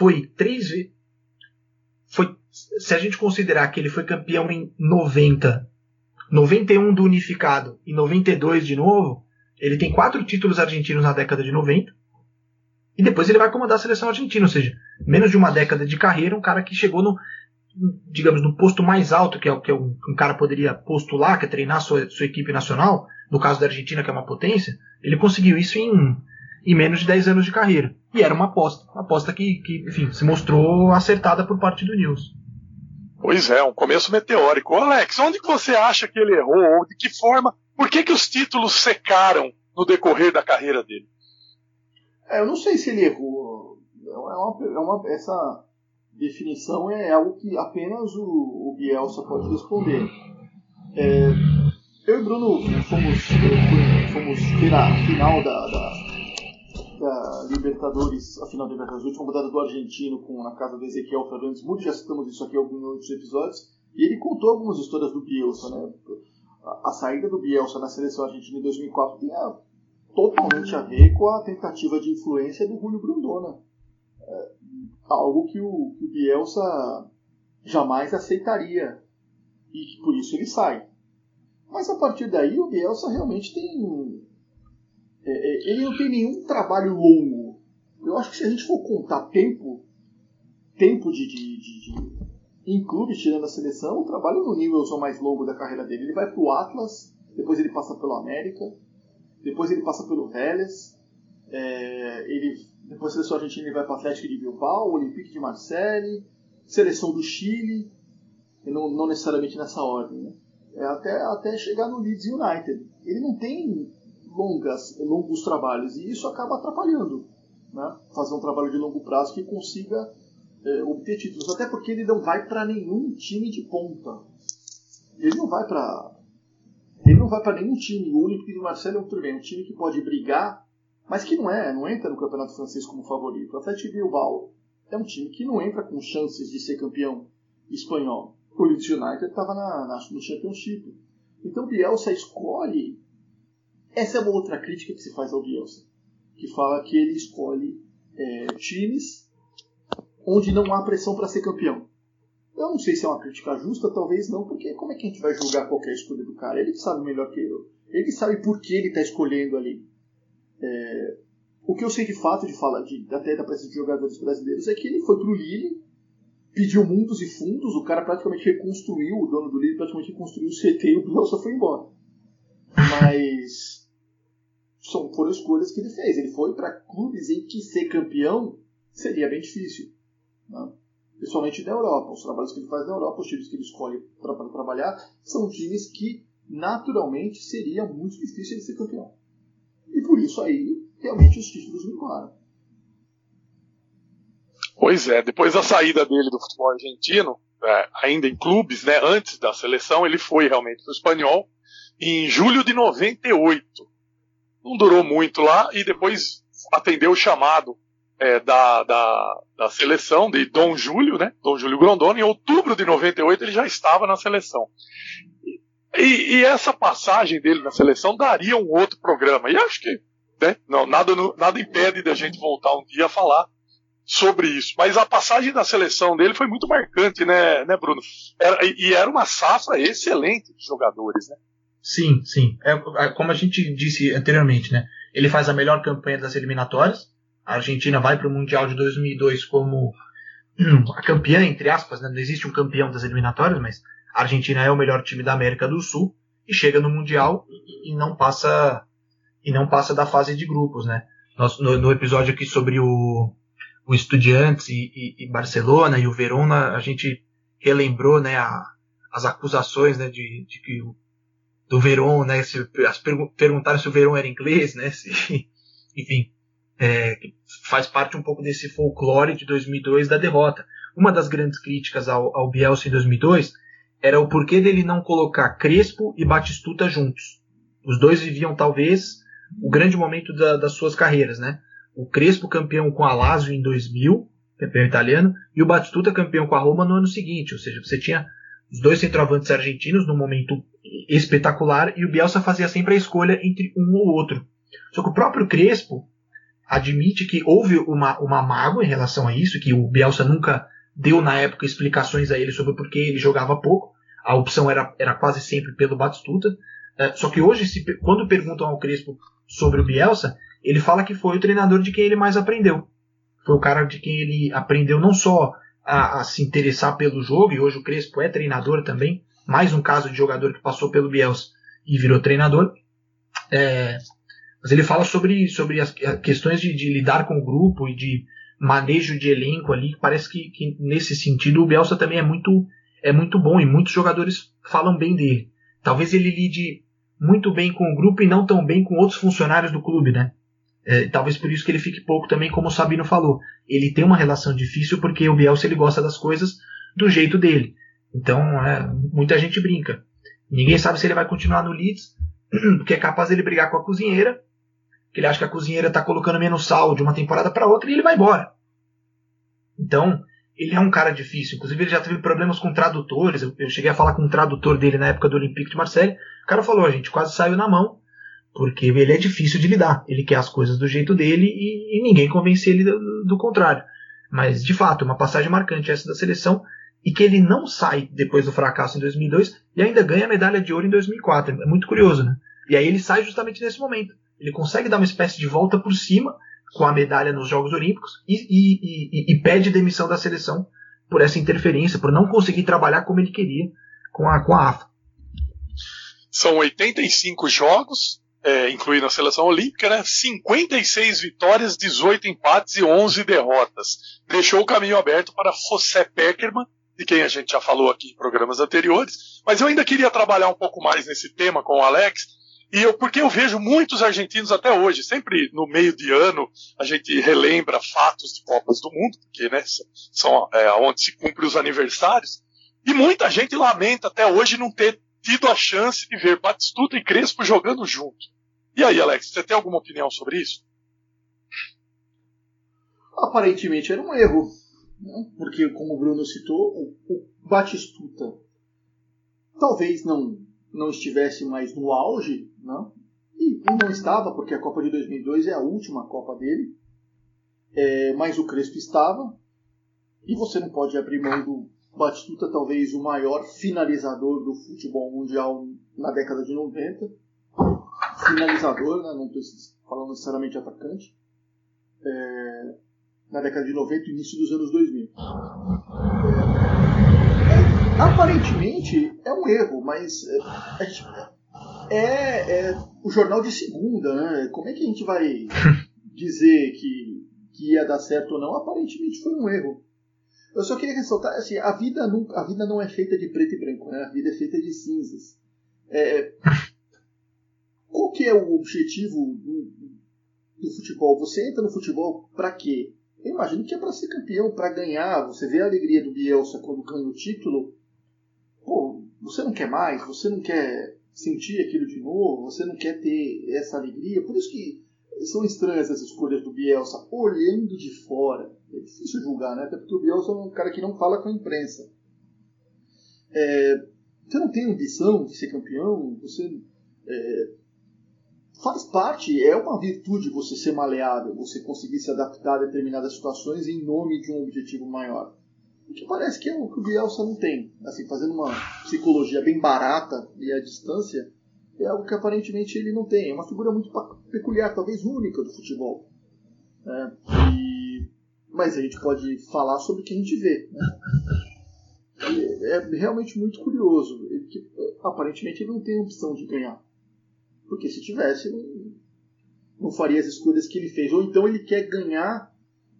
Se a gente considerar que ele foi campeão em 90, 91 do unificado e 92 de novo, ele tem 4 títulos argentinos na década de 90, e depois ele vai comandar a seleção argentina, ou seja, menos de uma década de carreira, um cara que chegou no posto mais alto que um cara poderia postular, que é treinar sua equipe nacional, no caso da Argentina, que é uma potência. Ele conseguiu isso em menos de 10 anos de carreira. E era uma aposta que enfim, se mostrou acertada por parte do Nils. Pois é, um começo meteórico. Alex, onde que você acha que ele errou? Ou de que forma? Por que os títulos secaram no decorrer da carreira dele? Eu não sei se ele errou. Essa definição é algo que apenas o Bielsa pode responder. Eu e o Bruno fomos ver a final da Libertadores, a final da Libertadores, a última rodada do Argentino na casa do Ezequiel Fernandes Mude, já citamos isso aqui em alguns outros episódios, e ele contou algumas histórias do Bielsa, né? A saída do Bielsa na seleção argentina em 2004 tinha totalmente a ver com a tentativa de influência do Julio Grondona. Algo que o Bielsa jamais aceitaria, e que por isso ele sai. Mas a partir daí o Bielsa realmente ele não tem nenhum trabalho longo. Eu acho que se a gente for contar tempo em clube, tirando a seleção, o trabalho no nível mais longo da carreira dele. Ele vai pro Atlas, depois ele passa pelo América, depois ele passa pelo Vélez, depois da seleção argentina ele vai para o Atlético de Bilbao, Olympique de Marseille, seleção do Chile, e não necessariamente nessa ordem, né? Até chegar no Leeds United. Ele não tem longos trabalhos, e isso acaba atrapalhando, né? Fazer um trabalho de longo prazo que consiga obter títulos, até porque ele não vai para nenhum time de ponta. Ele não vai para nenhum time. O Olympique de Marseille é um time que pode brigar, mas que não entra no Campeonato Francês como favorito. O Atlético de Bilbao é um time que não entra com chances de ser campeão espanhol. O Leeds United estava no Championship. Então o Bielsa escolhe. Essa é uma outra crítica que se faz ao Bielsa, que fala que ele escolhe times onde não há pressão para ser campeão. Eu não sei se é uma crítica justa, talvez não, porque como é que a gente vai julgar qualquer escolha do cara? Ele sabe melhor que eu. Ele sabe por que ele está escolhendo ali. O que eu sei de fato de falar até da presença de jogadores brasileiros é que ele foi pro Lille, pediu mundos e fundos, o cara praticamente reconstruiu, o dono do Lille praticamente reconstruiu o CT e o Bielsa foi embora. Mas foram escolhas que ele fez. Ele foi para clubes em que ser campeão seria bem difícil, né? Principalmente na Europa. Os trabalhos que ele faz na Europa, os times que ele escolhe para trabalhar, são times que naturalmente seria muito difícil ele ser campeão. E por isso aí, realmente, os títulos vingaram. Pois é, depois da saída dele do futebol argentino, ainda em clubes, né, antes da seleção, ele foi realmente pro Espanhol em julho de 98. Não durou muito lá e depois atendeu o chamado da seleção de Dom Júlio, né, Dom Júlio Grondona. Em outubro de 98 ele já estava na seleção. E essa passagem dele na seleção daria um outro programa. E acho que, né, nada impede da gente voltar um dia a falar sobre isso. Mas a passagem da seleção dele foi muito marcante, né Bruno? Era uma safra excelente de jogadores, né? Sim. Como a gente disse anteriormente, né? Ele faz a melhor campanha das eliminatórias. A Argentina vai para o Mundial de 2002 como a campeã, entre aspas, né? Não existe um campeão das eliminatórias, mas a Argentina é o melhor time da América do Sul e chega no Mundial e não passa da fase de grupos, né? No episódio aqui sobre o Estudiantes e Barcelona e o Verona, a gente relembrou, né, as acusações, né, de que do Verona, né, perguntaram se o Verona era inglês, né, enfim, faz parte um pouco desse folclore de 2002 da derrota. Uma das grandes críticas ao Bielsa em 2002 era o porquê dele não colocar Crespo e Batistuta juntos. Os dois viviam talvez o grande momento das suas carreiras, né? O Crespo campeão com a Lazio em 2000, campeão italiano, e o Batistuta campeão com a Roma no ano seguinte. Ou seja, você tinha os dois centroavantes argentinos num momento espetacular e o Bielsa fazia sempre a escolha entre um ou outro. Só que o próprio Crespo admite que houve uma mágoa em relação a isso, que o Bielsa nunca deu na época explicações a ele sobre por que ele jogava pouco. A opção era quase sempre pelo Batistuta. Só que hoje, quando perguntam ao Crespo sobre o Bielsa, ele fala que foi o treinador de quem ele mais aprendeu. Foi o cara de quem ele aprendeu não só a se interessar pelo jogo, e hoje o Crespo é treinador também, mais um caso de jogador que passou pelo Bielsa e virou treinador. Mas ele fala sobre as questões de lidar com o grupo e de manejo de elenco ali. Parece que nesse sentido o Bielsa também é muito bom e muitos jogadores falam bem dele. Talvez ele lide muito bem com o grupo e não tão bem com outros funcionários do clube, né? Talvez por isso que ele fique pouco também, como o Sabino falou. Ele tem uma relação difícil porque o Bielsa ele gosta das coisas do jeito dele. Então, muita gente brinca. Ninguém sabe se ele vai continuar no Leeds, porque é capaz de ele brigar com a cozinheira, que ele acha que a cozinheira está colocando menos sal de uma temporada para outra e ele vai embora. Então, ele é um cara difícil. Inclusive, ele já teve problemas com tradutores. Eu cheguei a falar com um tradutor dele na época do Olympique de Marseille. O cara falou, a gente quase saiu na mão, porque ele é difícil de lidar. Ele quer as coisas do jeito dele e ninguém convence ele do contrário. Mas, de fato, uma passagem marcante essa da seleção, e que ele não sai depois do fracasso em 2002 e ainda ganha a medalha de ouro em 2004. É muito curioso, né? E aí ele sai justamente nesse momento. Ele consegue dar uma espécie de volta por cima com a medalha nos Jogos Olímpicos e pede demissão da seleção por essa interferência, por não conseguir trabalhar como ele queria com a AFA. São 85 jogos, incluindo a seleção olímpica, né? 56 vitórias, 18 empates e 11 derrotas. Deixou o caminho aberto para José Pekerman, de quem a gente já falou aqui em programas anteriores, mas eu ainda queria trabalhar um pouco mais nesse tema com o Alex, porque eu vejo muitos argentinos até hoje, sempre no meio de ano a gente relembra fatos de Copas do Mundo, porque né, são onde se cumprem os aniversários, e muita gente lamenta até hoje não ter tido a chance de ver Batistuta e Crespo jogando junto. E aí, Alex, você tem alguma opinião sobre isso? Aparentemente era um erro, né? Porque, como o Bruno citou, o Batistuta talvez não estivesse mais no auge, né? E não estava, porque a Copa de 2002 é a última Copa dele, mas o Crespo estava, e você não pode abrir mão do Batistuta, talvez o maior finalizador do futebol mundial na década de 90, finalizador, né? Não estou falando necessariamente atacante, na década de 90 e início dos anos 2000. Aparentemente é um erro, mas o jornal de segunda, né? Como é que a gente vai dizer que ia dar certo ou não? Aparentemente foi um erro. Eu só queria ressaltar, assim, a vida não é feita de preto e branco, né? A vida é feita de cinzas. Qual que é o objetivo do futebol? Você entra no futebol para quê? Eu imagino que é para ser campeão, para ganhar. Você vê a alegria do Bielsa quando ganha o título. Pô, você não quer mais? Você não quer sentir aquilo de novo? Você não quer ter essa alegria? Por isso que são estranhas as escolhas do Bielsa, olhando de fora. É difícil julgar, né? Até porque o Bielsa é um cara que não fala com a imprensa. Você não tem ambição de ser campeão? Você faz parte, é uma virtude você ser maleável, você conseguir se adaptar a determinadas situações em nome de um objetivo maior. O que parece que é o que o Bielsa não tem. Assim, fazendo uma psicologia bem barata e à distância, é algo que aparentemente ele não tem. É uma figura muito peculiar, talvez única do futebol. Mas a gente pode falar sobre o que a gente vê. Né? É realmente muito curioso. Aparentemente ele não tem opção de ganhar. Porque se tivesse, não faria as escolhas que ele fez. Ou então ele quer ganhar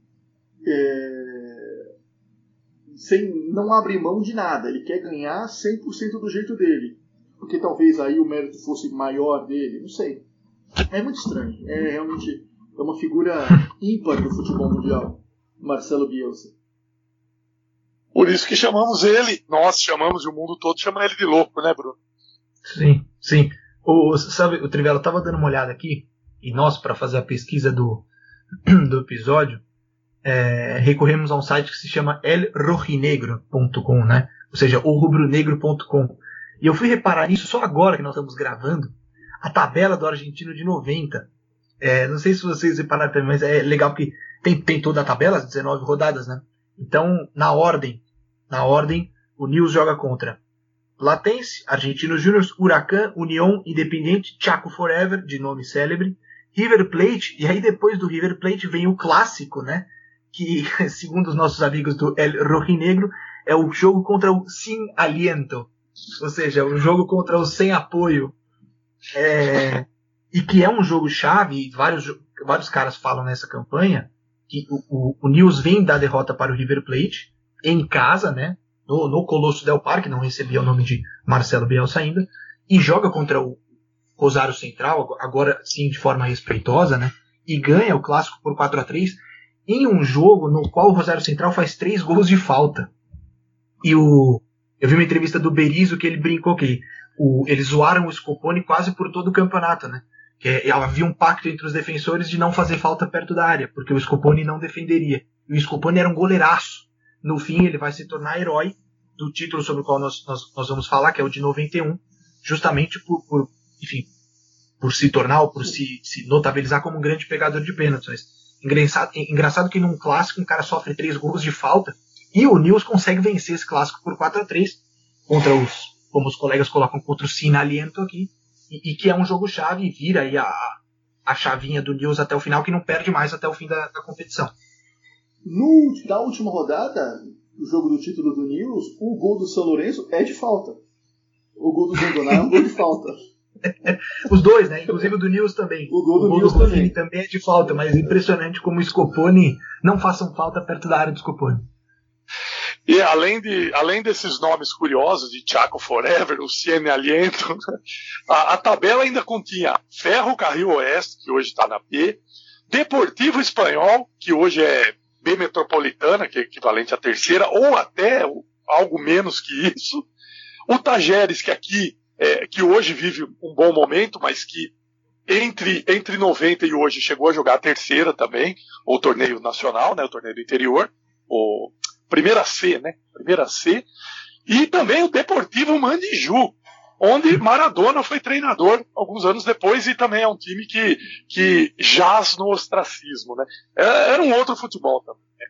sem não abrir mão de nada. Ele quer ganhar 100% do jeito dele. Porque talvez aí o mérito fosse maior dele. Não sei. É muito estranho. Realmente uma figura ímpar do futebol mundial. Marcelo Bielsa. Por isso que chamamos ele, nós chamamos e o mundo todo chama ele de louco, né, Bruno? Sim, sim. Sabe, o Trivela estava dando uma olhada aqui, e nós, para fazer a pesquisa do episódio, recorremos a um site que se chama elrojinegro.com, né? Ou seja, o rubronegro.com. E eu fui reparar nisso só agora que nós estamos gravando, a tabela do argentino de 90. Não sei se vocês repararam também, mas é legal porque tem toda a tabela, as 19 rodadas, né? Então, na ordem, o Nils joga contra Platense, Argentinos Júniors, Huracan, União, Independiente, Chaco Forever, de nome célebre, River Plate, e aí depois do River Plate vem o clássico, né? Que, segundo os nossos amigos do El Rojinegro, é o jogo contra o Sin Aliento, ou seja, o jogo contra o sem apoio. E que é um jogo chave, e vários caras falam nessa campanha, que o Nils vem da derrota para o River Plate, em casa, né? No Colosso del Parque, não recebia o nome de Marcelo Bielsa ainda, e joga contra o Rosário Central, agora sim de forma respeitosa, né? e ganha o clássico por 4-3 em um jogo no qual o Rosário Central faz 3 gols de falta. E eu vi uma entrevista do Berizzo que ele brincou que eles zoaram o Scoponi quase por todo o campeonato, né? Que havia um pacto entre os defensores de não fazer falta perto da área, porque o Scoponi não defenderia. E o Scoponi era um goleiraço. No fim, ele vai se tornar herói do título sobre o qual nós vamos falar, que é o de 91, justamente por se tornar, ou por se notabilizar como um grande pegador de pênaltis. Mas engraçado que num clássico um cara sofre 3 gols de falta e o Nils consegue vencer esse clássico por 4-3 contra como os colegas colocam, contra o Sinaliento aqui, e que é um jogo-chave e vira aí a chavinha do Nils até o final, que não perde mais até o fim da competição. Na última rodada, o jogo do título do Nils, o gol do São Lourenço é de falta. O gol do Zandoná é um gol de falta. Os dois, né? Inclusive o do Nils também. O gol do Nils também é de falta, mas impressionante como o Scoponi não façam falta perto da área do Scoponi. E além desses nomes curiosos de Chaco Forever, o Ciene Aliento, a tabela ainda continha Ferro Carril Oeste, que hoje está na B, Deportivo Espanhol, que hoje é B Metropolitana, que é equivalente à terceira, ou até algo menos que isso, o Tajeres, que hoje vive um bom momento, mas que entre 90 e hoje chegou a jogar a terceira também, o torneio nacional, né, o torneio do interior, o Primeira C, né? Primeira C. E também o Deportivo Mandiju, onde Maradona foi treinador alguns anos depois, e também é um time que jaz no ostracismo, né? Era um outro futebol também. Né?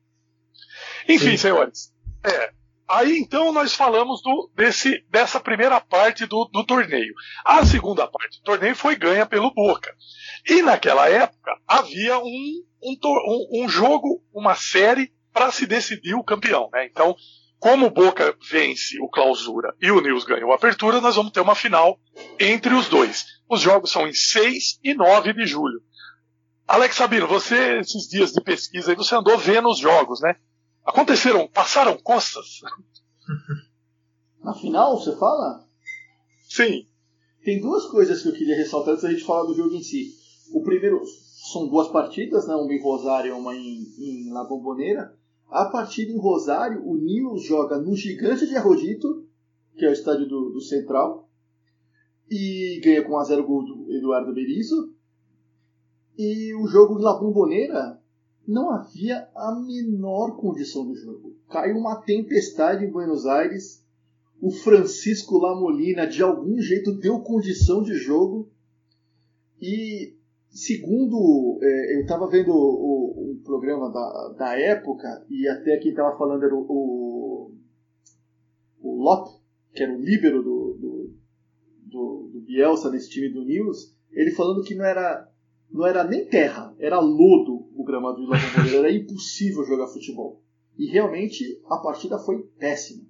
Enfim, senhores. Aí então nós falamos dessa primeira parte do torneio. A segunda parte do torneio foi ganha pelo Boca. E naquela época havia um jogo, uma série para se decidir o campeão, né? Então, como o Boca vence o Clausura e o Nils ganha o Apertura, nós vamos ter uma final entre os dois. Os jogos são em 6 e 9 de julho. Alex Sabino, você, esses dias de pesquisa aí, você andou vendo os jogos, né? Passaram costas? Na final, você fala? Sim. Tem duas coisas que eu queria ressaltar antes da gente falar do jogo em si. O primeiro, são 2 partidas, né? Uma em Rosário e uma em La Bombonera. A partida em Rosário, o Nils joga no Gigante de Arrodito, que é o estádio do Central, e ganha com 1-0 o gol do Eduardo Berizzo. E o jogo em La Bombonera não havia a menor condição do jogo. Caiu uma tempestade em Buenos Aires, o Francisco Lamolina de algum jeito deu condição de jogo, e segundo, eu estava vendo um programa da época, e até quem estava falando era o Lop, que era o líbero do Bielsa nesse time do Nils, ele falando que não era nem terra, era lodo o gramado de La Bombonera, era impossível jogar futebol. E realmente a partida foi péssima.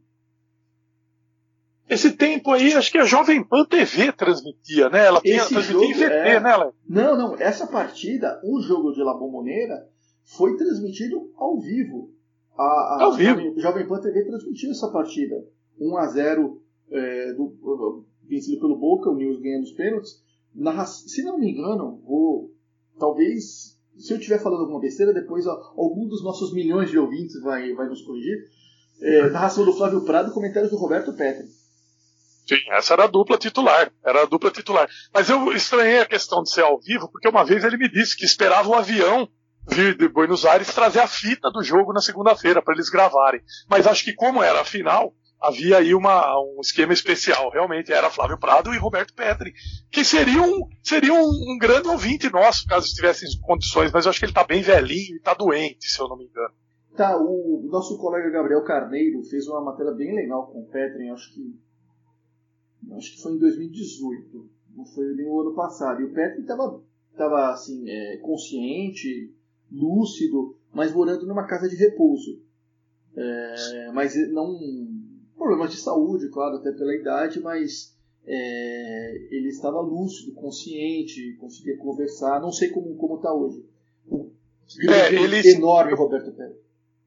Esse tempo aí, acho que a Jovem Pan TV transmitia, né? Ela transmitia em VT, né, Léo? Não. Essa partida, o jogo de La Bombonera, foi transmitido ao vivo. Ao vivo? A Jovem Pan TV transmitiu essa partida. 1-0 vencido pelo Boca, o Nils ganhando os pênaltis. Se não me engano, talvez, se eu estiver falando alguma besteira, depois algum dos nossos milhões de ouvintes vai nos corrigir. Narração do Flávio Prado e comentários do Roberto Petri. Sim, essa era a dupla titular. Mas eu estranhei a questão de ser ao vivo, porque uma vez ele me disse que esperava o avião vir de Buenos Aires trazer a fita do jogo na segunda-feira para eles gravarem. Mas acho que como era a final, havia aí um esquema especial. Realmente era Flávio Prado e Roberto Petri, que seria um grande ouvinte nosso, caso estivessem em condições, mas eu acho que ele está bem velhinho e está doente, se eu não me engano. Tá, o nosso colega Gabriel Carneiro fez uma matéria bem legal com o Petri, acho que foi em 2018, não foi nem o ano passado. E o Petri estava assim, consciente, lúcido, mas morando numa casa de repouso. Mas não problemas de saúde, claro, até pela idade, mas ele estava lúcido, consciente, conseguia conversar. Não sei como está hoje. O grande, enorme Roberto Petri.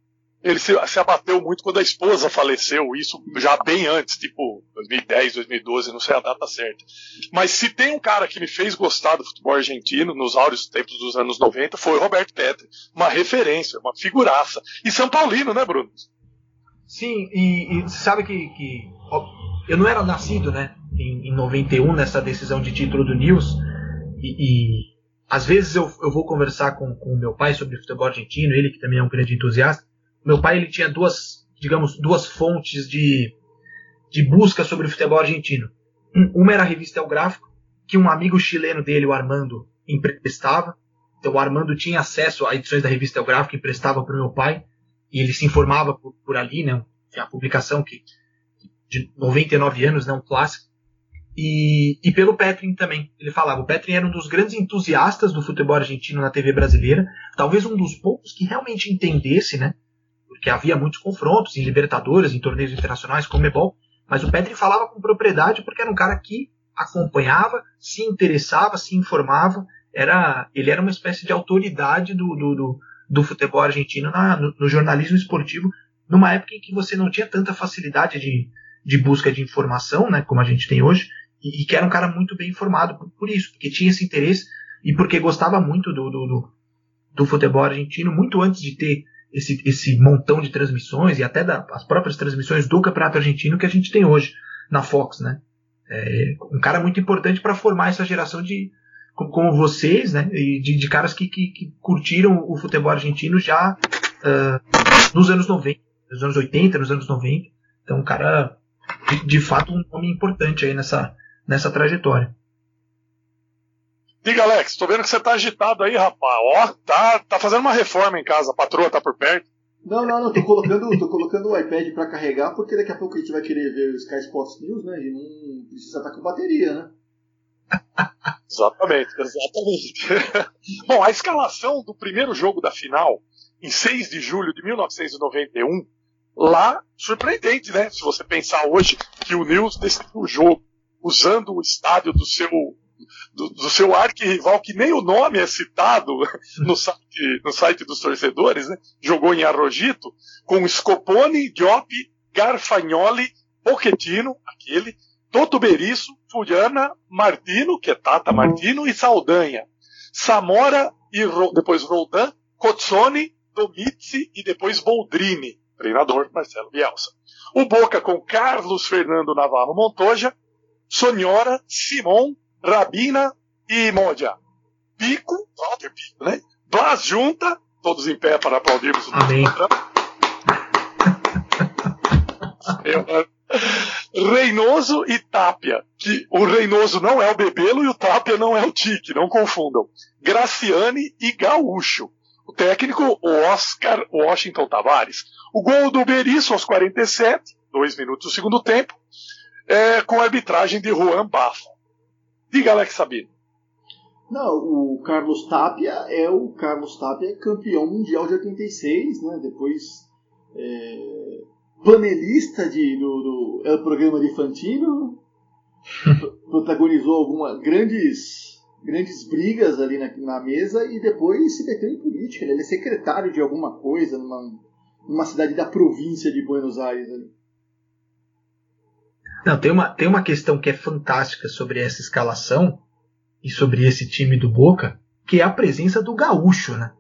ele se abateu muito quando a esposa faleceu, isso já bem antes, tipo 2010, 2012, não sei a data certa. Mas se tem um cara que me fez gostar do futebol argentino nos áureos tempos dos anos 90, foi o Roberto Petri, uma referência, uma figuraça. E São Paulino, né, Bruno? Sim, e você sabe que eu não era nascido, né, em 91, nessa decisão de título do Nils, e às vezes eu vou conversar com o meu pai sobre futebol argentino, ele que também é um grande entusiasta. Meu pai, ele tinha duas fontes de busca sobre o futebol argentino. Uma era a revista El Gráfico, que um amigo chileno dele, o Armando, emprestava. Então o Armando tinha acesso a edições da revista El Gráfico, emprestava para o meu pai, e ele se informava por ali, né? A publicação de 99 anos, né? Um clássico. E pelo Petrin também. Ele falava, o Petrin era um dos grandes entusiastas do futebol argentino na TV brasileira, talvez um dos poucos que realmente entendesse, né? Porque havia muitos confrontos em Libertadores, em torneios internacionais, Conmebol, mas o Petri falava com propriedade porque era um cara que acompanhava, se interessava, se informava, ele era uma espécie de autoridade do futebol argentino no jornalismo esportivo, numa época em que você não tinha tanta facilidade de busca de informação, né, como a gente tem hoje, e que era um cara muito bem informado por isso, porque tinha esse interesse e porque gostava muito do futebol argentino, muito antes de ter esse montão de transmissões e até as próprias transmissões do Campeonato Argentino que a gente tem hoje na Fox, né? Um cara muito importante para formar essa geração como vocês, né? E de caras que curtiram o futebol argentino já nos anos 90, nos anos 80, nos anos 90. Então, um cara, de fato, um nome importante aí nessa trajetória. Diga, Alex, tô vendo que você tá agitado aí, rapaz. Ó, tá fazendo uma reforma em casa, a patroa tá por perto. Não, tô colocando o iPad pra carregar, porque daqui a pouco a gente vai querer ver o Sky Sports News, né? E não precisa estar com bateria, né? Exatamente. Bom, a escalação do primeiro jogo da final, em 6 de julho de 1991, lá, surpreendente, né? Se você pensar hoje que o Nils decidiu o jogo usando o estádio do seu arquirrival, que nem o nome é citado no site dos torcedores, né? Jogou em Arrojito, com Scoponi, Diop, Garfagnoli, Pochettino, aquele, Toto Berizzo, Furiana, Martino, que é Tata Martino, e Saldanha. Samora, e depois Roldan, Cozzoni, Domizzi e depois Boldrini, treinador Marcelo Bielsa. O Boca com Carlos Fernando Navarro Montoya, Sonhora, Simon, Rabina e Modia. Pico, Walter Pico, né? Blas Junta, todos em pé para aplaudirmos o Amém. Reynoso e Tapia, que o Reynoso não é o Bebelo e o Tapia não é o Tique, não confundam. Graciani e Gaúcho. O técnico, o Oscar Washington Tavares. O gol do Berizzo aos 47, 2 minutos do segundo tempo, com a arbitragem de Juan Bafa. Diga, Alex Sabino. Não, o Carlos Tapia é campeão mundial de 86, né? Depois panelista do programa de Fantino, protagonizou algumas grandes brigas ali na mesa e depois se meteu em política. Ele é secretário de alguma coisa numa cidade da província de Buenos Aires. Ali. Não, tem uma questão que é fantástica sobre essa escalação e sobre esse time do Boca, que é a presença do Gaúcho, né?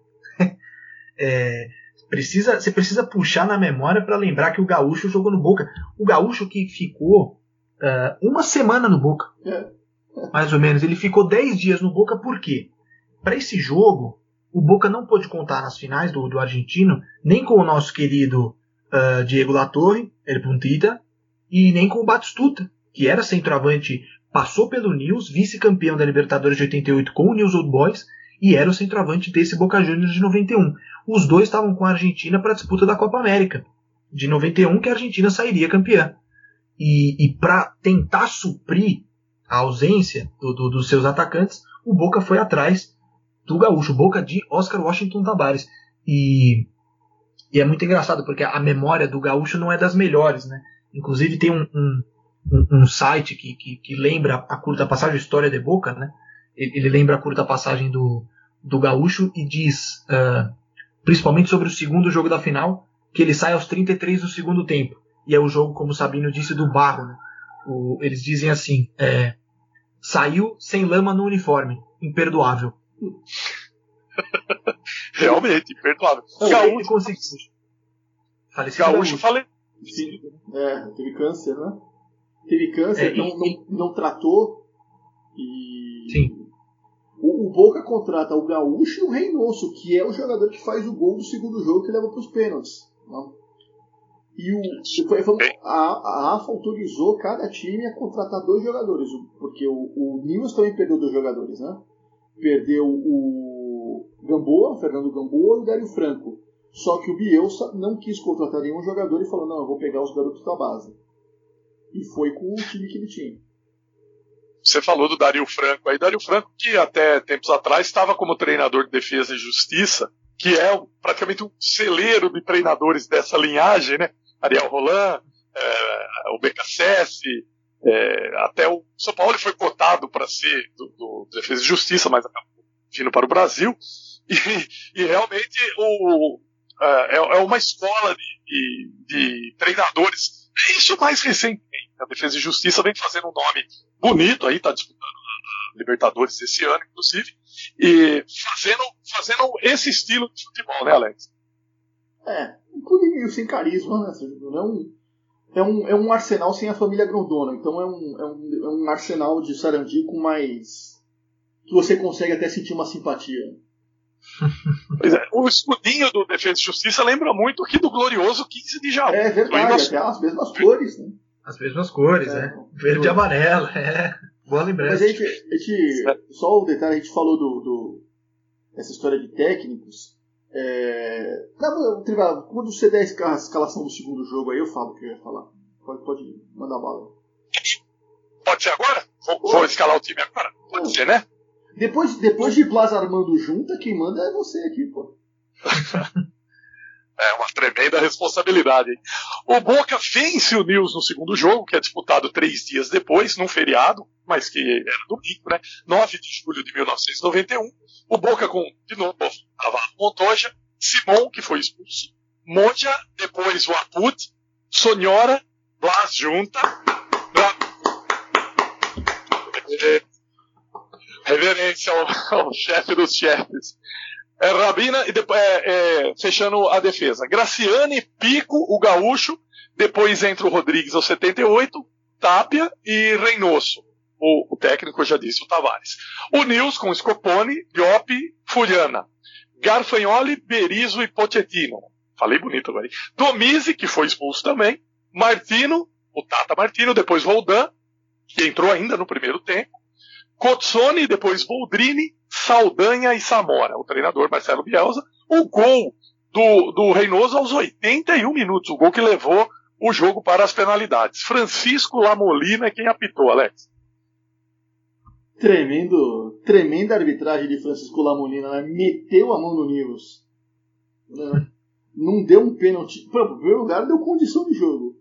Você precisa puxar na memória para lembrar que o Gaúcho jogou no Boca. O Gaúcho que ficou uma semana no Boca, mais ou menos. Ele ficou 10 dias no Boca, por quê? Para esse jogo, o Boca não pôde contar nas finais do argentino, nem com o nosso querido Diego Latorre, El Puntita, e nem com o Batistuta, que era centroavante, passou pelo Nils, vice-campeão da Libertadores de 88 com o Nils Old Boys, e era o centroavante desse Boca Juniors de 91. Os dois estavam com a Argentina para a disputa da Copa América, de 91, que a Argentina sairia campeã. E para tentar suprir a ausência dos seus atacantes, o Boca foi atrás do Gaúcho, Boca de Oscar Washington Tavares. E é muito engraçado, porque a memória do Gaúcho não é das melhores, né? Inclusive tem um site que lembra a curta passagem, História de Boca, né? Ele lembra a curta passagem do Gaúcho e diz, principalmente sobre o segundo jogo da final, que ele sai aos 33 do segundo tempo. E é o jogo, como o Sabino disse, do barro. Né? Eles dizem assim, saiu sem lama no uniforme, imperdoável. Realmente, imperdoável. Gaúcho conseguiu. Gaúcho, falei. Sim, teve câncer, né? Teve câncer, não tratou. E sim. O Boca contrata o Gaúcho e o Reynoso, que é o jogador que faz o gol do segundo jogo que leva para os pênaltis. Né? E a AFA autorizou cada time a contratar 2 jogadores, porque o Nils também perdeu 2 jogadores, né? Perdeu o Gamboa, Fernando Gamboa e o Dário Franco. Só que o Bielsa não quis contratar nenhum jogador e falou, não, eu vou pegar os garotos da base. E foi com o time que ele tinha. Você falou do Dário Franco aí. Dário Franco, que até tempos atrás estava como treinador de defesa e justiça, que é praticamente um celeiro de treinadores dessa linhagem, né? Ariel Roland, o BKSS, até o São Paulo foi cotado para ser do Defesa e Justiça, mas acabou vindo para o Brasil. E realmente é uma escola de treinadores. Isso mais recentemente. A Defesa e Justiça vem fazendo um nome bonito, aí está disputando a Libertadores esse ano, inclusive, e fazendo esse estilo de futebol, né, Alex? Inclusive meio sem carisma, né? É um Arsenal sem a família Grondona. Então é um Arsenal de Sarandi com mais... que você consegue até sentir uma simpatia. Pois é, o escudinho do Defesa e Justiça lembra muito aqui do glorioso 15 de Jaú. É verdade, até as mesmas cores, né? As mesmas cores, né? Verde e amarelo, boa lembrança. Mas a gente só um detalhe, a gente falou dessa história de técnicos. Quando você der a escalação do segundo jogo aí, eu falo o que eu ia falar. Pode mandar bala. Pode ser agora? Vou escalar o time agora? Pode ser, né? Depois de Blas Armando junta, quem manda é você aqui, pô. É uma tremenda responsabilidade, hein? O Boca vence o Nils no segundo jogo, que é disputado 3 dias depois, num feriado, mas que era domingo, né? 9 de julho de 1991. O Boca com, de novo, Navarro Montoya, Simon, que foi expulso, Monja, depois o Aput, Sonhora, Blas Junta, reverência ao chefe dos chefes. Rabina e depois fechando a defesa. Graciane, Pico, o Gaúcho, depois entra o Rodrigues aos 78, Tapia e Reynoso. O técnico, eu já disse, o Tavares. O Nils com Scopone, Diop, Fuliana. Garfagnoli, Berizzo e Pochettino. Falei bonito agora. Domizi, que foi expulso também. Martino, o Tata Martino, depois Roldan, que entrou ainda no primeiro tempo. Cozzoni, depois Boldrini, Saldanha e Samora, o treinador Marcelo Bielsa. O gol do Reynoso aos 81 minutos, o gol que levou o jogo para as penalidades. Francisco Lamolina é quem apitou, Alex. Tremenda arbitragem de Francisco Lamolina, né? Meteu a mão no Nils. Não deu um pênalti. Em primeiro lugar, deu condição de jogo.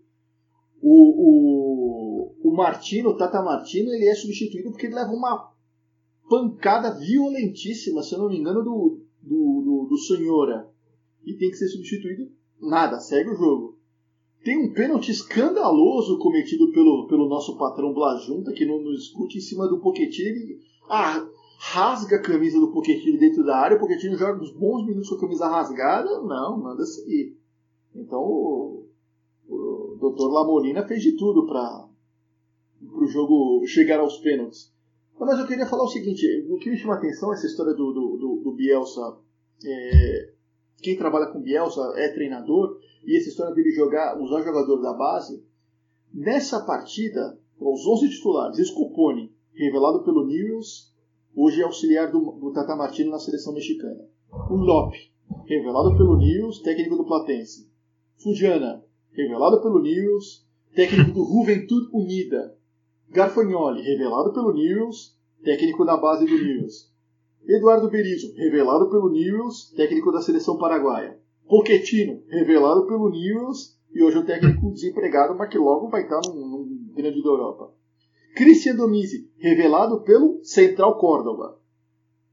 O Martino, o Tata Martino, ele é substituído porque ele leva uma pancada violentíssima, se eu não me engano, do Sonhora. E tem que ser substituído. Nada, segue o jogo. Tem um pênalti escandaloso cometido pelo nosso patrão Blas Junta, que não nos discute, em cima do Pochettino. Ele rasga a camisa do Pochettino dentro da área. O Pochettino joga uns bons minutos com a camisa rasgada. Não, manda seguir. Então o Dr. Lamolina fez de tudo para o jogo chegar aos pênaltis. Mas eu queria falar o seguinte, o que me chama a atenção é essa história do Bielsa. Quem trabalha com Bielsa é treinador, e essa história dele usar jogador da base. Nessa partida, os 11 titulares, Scopone, revelado pelo Newell's, hoje é auxiliar do Tata Martino na seleção mexicana. O Lope, revelado pelo Newell's, técnico do Platense. Fudiana, revelado pelo Newell's, técnico do Juventud Unida. Garfagnoli, revelado pelo Newell's, técnico da base do Newell's. Eduardo Berizzo, revelado pelo Newell's, técnico da seleção paraguaia. Pochettino, revelado pelo Newell's, e hoje é o técnico desempregado, mas que logo vai estar num grande da Europa. Cristian Domizzi, revelado pelo Central Córdoba,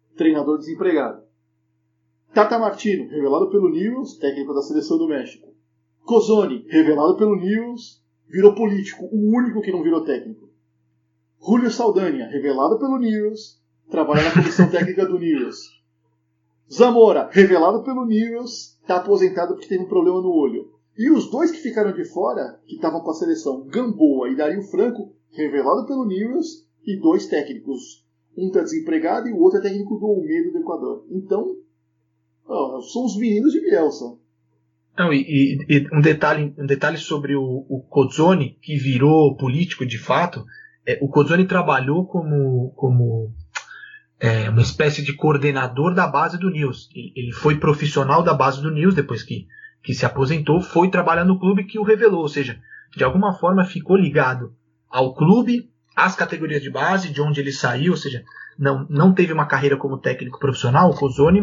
treinador desempregado. Tata Martino, revelado pelo Newell's, técnico da seleção do México. Cozzoni, revelado pelo News, virou político, o único que não virou técnico. Julio Saldanha, revelado pelo News, trabalha na comissão técnica do News. Zamora, revelado pelo News, está aposentado porque teve um problema no olho. E os dois que ficaram de fora, que estavam com a seleção, Gamboa e Dario Franco, revelado pelo News, e 2 técnicos. Um está desempregado e o outro é técnico do Olmedo do Equador. Então, são os meninos de Bielsa. Não, e um detalhe sobre o Cozzoni, que virou político de fato. O Cozzoni trabalhou como uma espécie de coordenador da base do News. Ele foi profissional da base do News depois que se aposentou, foi trabalhar no clube que o revelou, ou seja, de alguma forma ficou ligado ao clube, às categorias de base, de onde ele saiu, ou seja, não teve uma carreira como técnico profissional, o Cozzoni,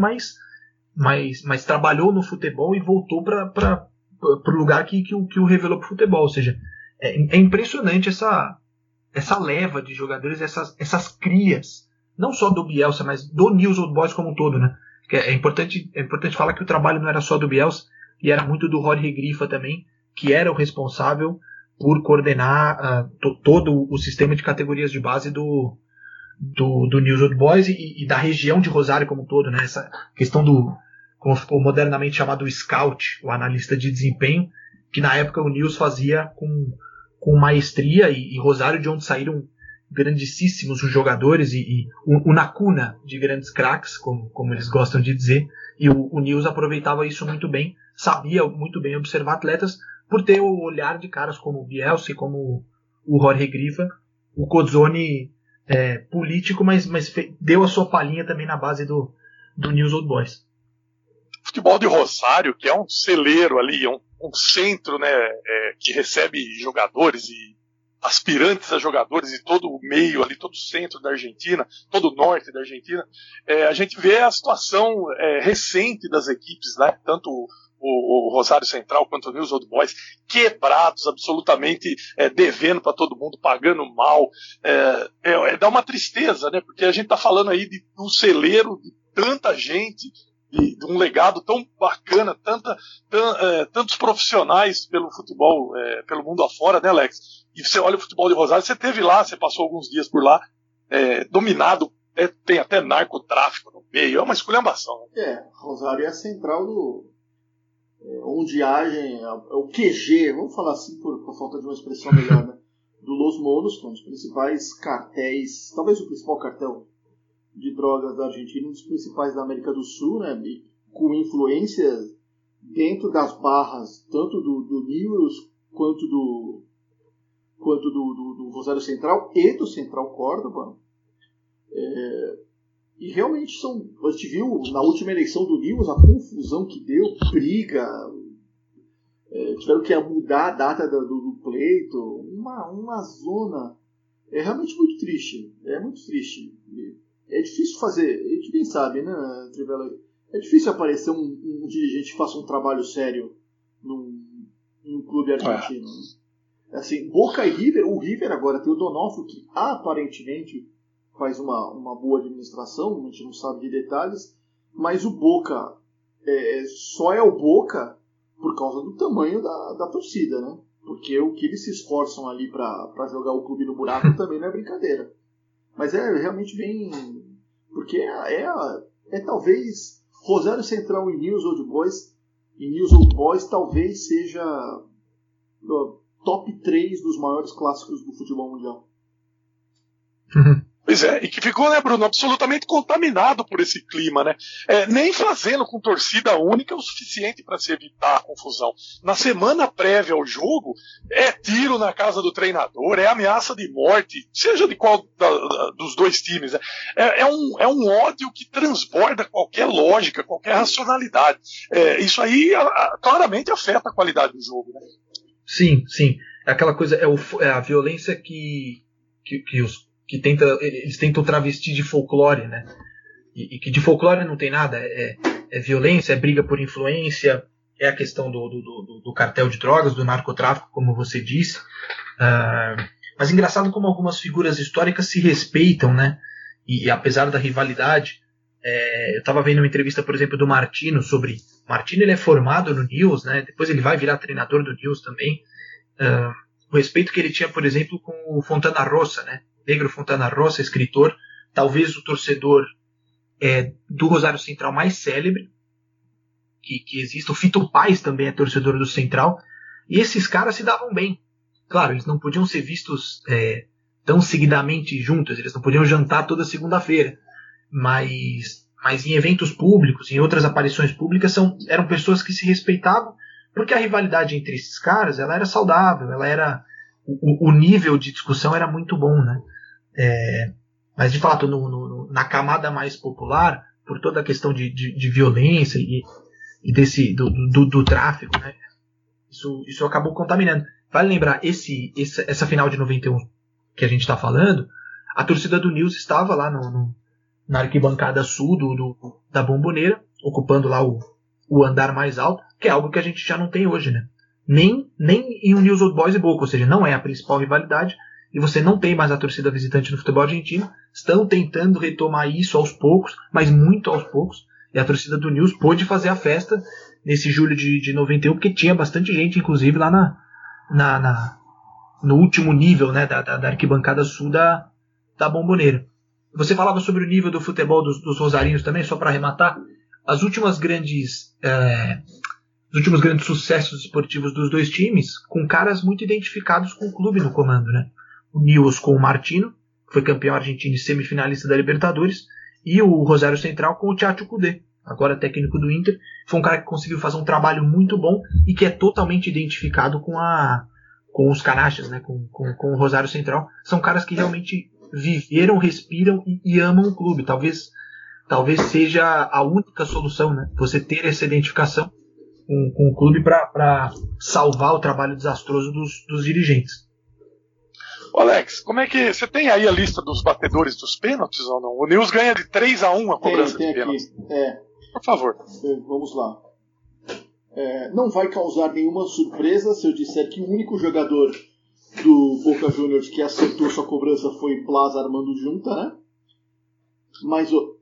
mas trabalhou no futebol e voltou para o lugar que o revelou para o futebol, ou seja, é impressionante essa leva de jogadores, essas crias, não só do Bielsa, mas do News Old Boys como um todo, né? É importante falar que o trabalho não era só do Bielsa, e era muito do Jorge Grifa também, que era o responsável por coordenar todo o sistema de categorias de base do News Old Boys e da região de Rosário como um todo, né? Essa questão como ficou modernamente chamado Scout, o analista de desempenho, que na época o News fazia com maestria, e Rosário, de onde saíram grandíssimos jogadores e uma cuna de grandes craques, como eles gostam de dizer, e o News aproveitava isso muito bem, sabia muito bem observar atletas, por ter o olhar de caras como o Bielsa e como o Jorge Grifa. O Cozzoni político, mas deu a sua palhinha também na base do News Old Boys. Futebol de Rosário, que é um celeiro ali, um centro, né, que recebe jogadores e aspirantes a jogadores e todo o meio ali, todo o centro da Argentina, todo o norte da Argentina, a gente vê a situação recente das equipes, né, tanto o Rosário Central quanto o News Old Boys, quebrados, absolutamente devendo para todo mundo, pagando mal. Dá uma tristeza, né, porque a gente está falando aí de um celeiro de tanta gente, de um legado tão bacana, tantos profissionais pelo futebol, pelo mundo afora, né, Alex? E você olha o futebol de Rosário, você esteve lá, você passou alguns dias por lá, dominado, tem até narcotráfico no meio, é uma esculhambação. Rosário é a central onde agem, o QG, vamos falar assim por falta de uma expressão melhor, né? Do Los Monos, que é um dos principais cartéis, talvez o principal cartel de drogas da Argentina, um dos principais da América do Sul, né, com influência dentro das barras, tanto do News quanto do Rosário Central e do Central Córdoba. E realmente a gente viu na última eleição do News a confusão que deu, briga, tiveram que mudar a data do pleito, uma zona. É realmente muito triste, É difícil fazer, a gente bem sabe, né, Trivela? É difícil aparecer um dirigente que faça um trabalho sério num clube argentino. Assim, Boca e River, o River agora tem o Donofrio, que aparentemente faz uma boa administração, a gente não sabe de detalhes, mas o Boca só é o Boca por causa do tamanho da torcida, né? Porque o que eles se esforçam ali para jogar o clube no buraco também não é brincadeira. Mas é realmente bem... Porque talvez Rosário Central e News Old Boys talvez seja top 3 dos maiores clássicos do futebol mundial. Pois é, e que ficou, né, Bruno, absolutamente contaminado por esse clima, né? Nem fazendo com torcida única é o suficiente para se evitar a confusão. Na semana prévia ao jogo, tiro na casa do treinador, ameaça de morte, seja de qual dos dois times. Né? É um ódio que transborda qualquer lógica, qualquer racionalidade. Isso aí claramente afeta a qualidade do jogo, né? Sim. É aquela coisa, é a violência que eles tentam travestir de folclore, né? E que de folclore não tem nada, é violência, é briga por influência, é a questão do cartel de drogas, do narcotráfico, como você disse. Mas engraçado como algumas figuras históricas se respeitam, né? E apesar da rivalidade, Eu estava vendo uma entrevista, por exemplo, do Martino sobre... Martino, ele é formado no Newell's, né? Depois ele vai virar treinador do Newell's também. O respeito que ele tinha, por exemplo, com o Fontana Rosa, né? Negro Fontana Rosa, escritor, talvez o torcedor do Rosário Central mais célebre que existe. O Fito Paes também é torcedor do Central. E esses caras se davam bem. Claro, eles não podiam ser vistos tão seguidamente juntos, eles não podiam jantar toda segunda-feira. Mas em eventos públicos, em outras aparições públicas, eram pessoas que se respeitavam, porque a rivalidade entre esses caras ela era saudável, o nível de discussão era muito bom, né? Mas de fato, na camada mais popular, por toda a questão de violência e do tráfico, né? Isso acabou contaminando. Vale lembrar, essa final de 91 que a gente está falando, a torcida do Newell's estava lá na arquibancada sul da Bombonera, ocupando lá o andar mais alto, que é algo que a gente já não tem hoje, né? Nem em o Newell's Old Boys e Boca, ou seja, não é a principal rivalidade, e você não tem mais a torcida visitante no futebol argentino. Estão tentando retomar isso aos poucos, mas muito aos poucos, e a torcida do Newell's pôde fazer a festa nesse julho de 91, porque tinha bastante gente, inclusive, lá no último nível, né, da arquibancada sul da Bombonera. Você falava sobre o nível do futebol dos rosarinos também, só para arrematar. Os últimos grandes sucessos esportivos dos dois times, com caras muito identificados com o clube no comando, né? O Newell's com o Martino, que foi campeão argentino e semifinalista da Libertadores, e o Rosário Central com o Tchatcho Kudê, agora técnico do Inter. Foi um cara que conseguiu fazer um trabalho muito bom e que é totalmente identificado com os canachas, né? com o Rosário Central. São caras que realmente viveram, respiram e amam o clube. Talvez seja a única solução, né? Você ter essa identificação com o clube para salvar o trabalho desastroso dos dirigentes. Alex, como é que você tem aí a lista dos batedores dos pênaltis ou não? O Newell's ganha de 3-1 a cobrança de pênaltis. Por favor. Vamos lá. Não vai causar nenhuma surpresa se eu disser que o único jogador do Boca Juniors que acertou sua cobrança foi Plaza Armando Junta, né? Mas o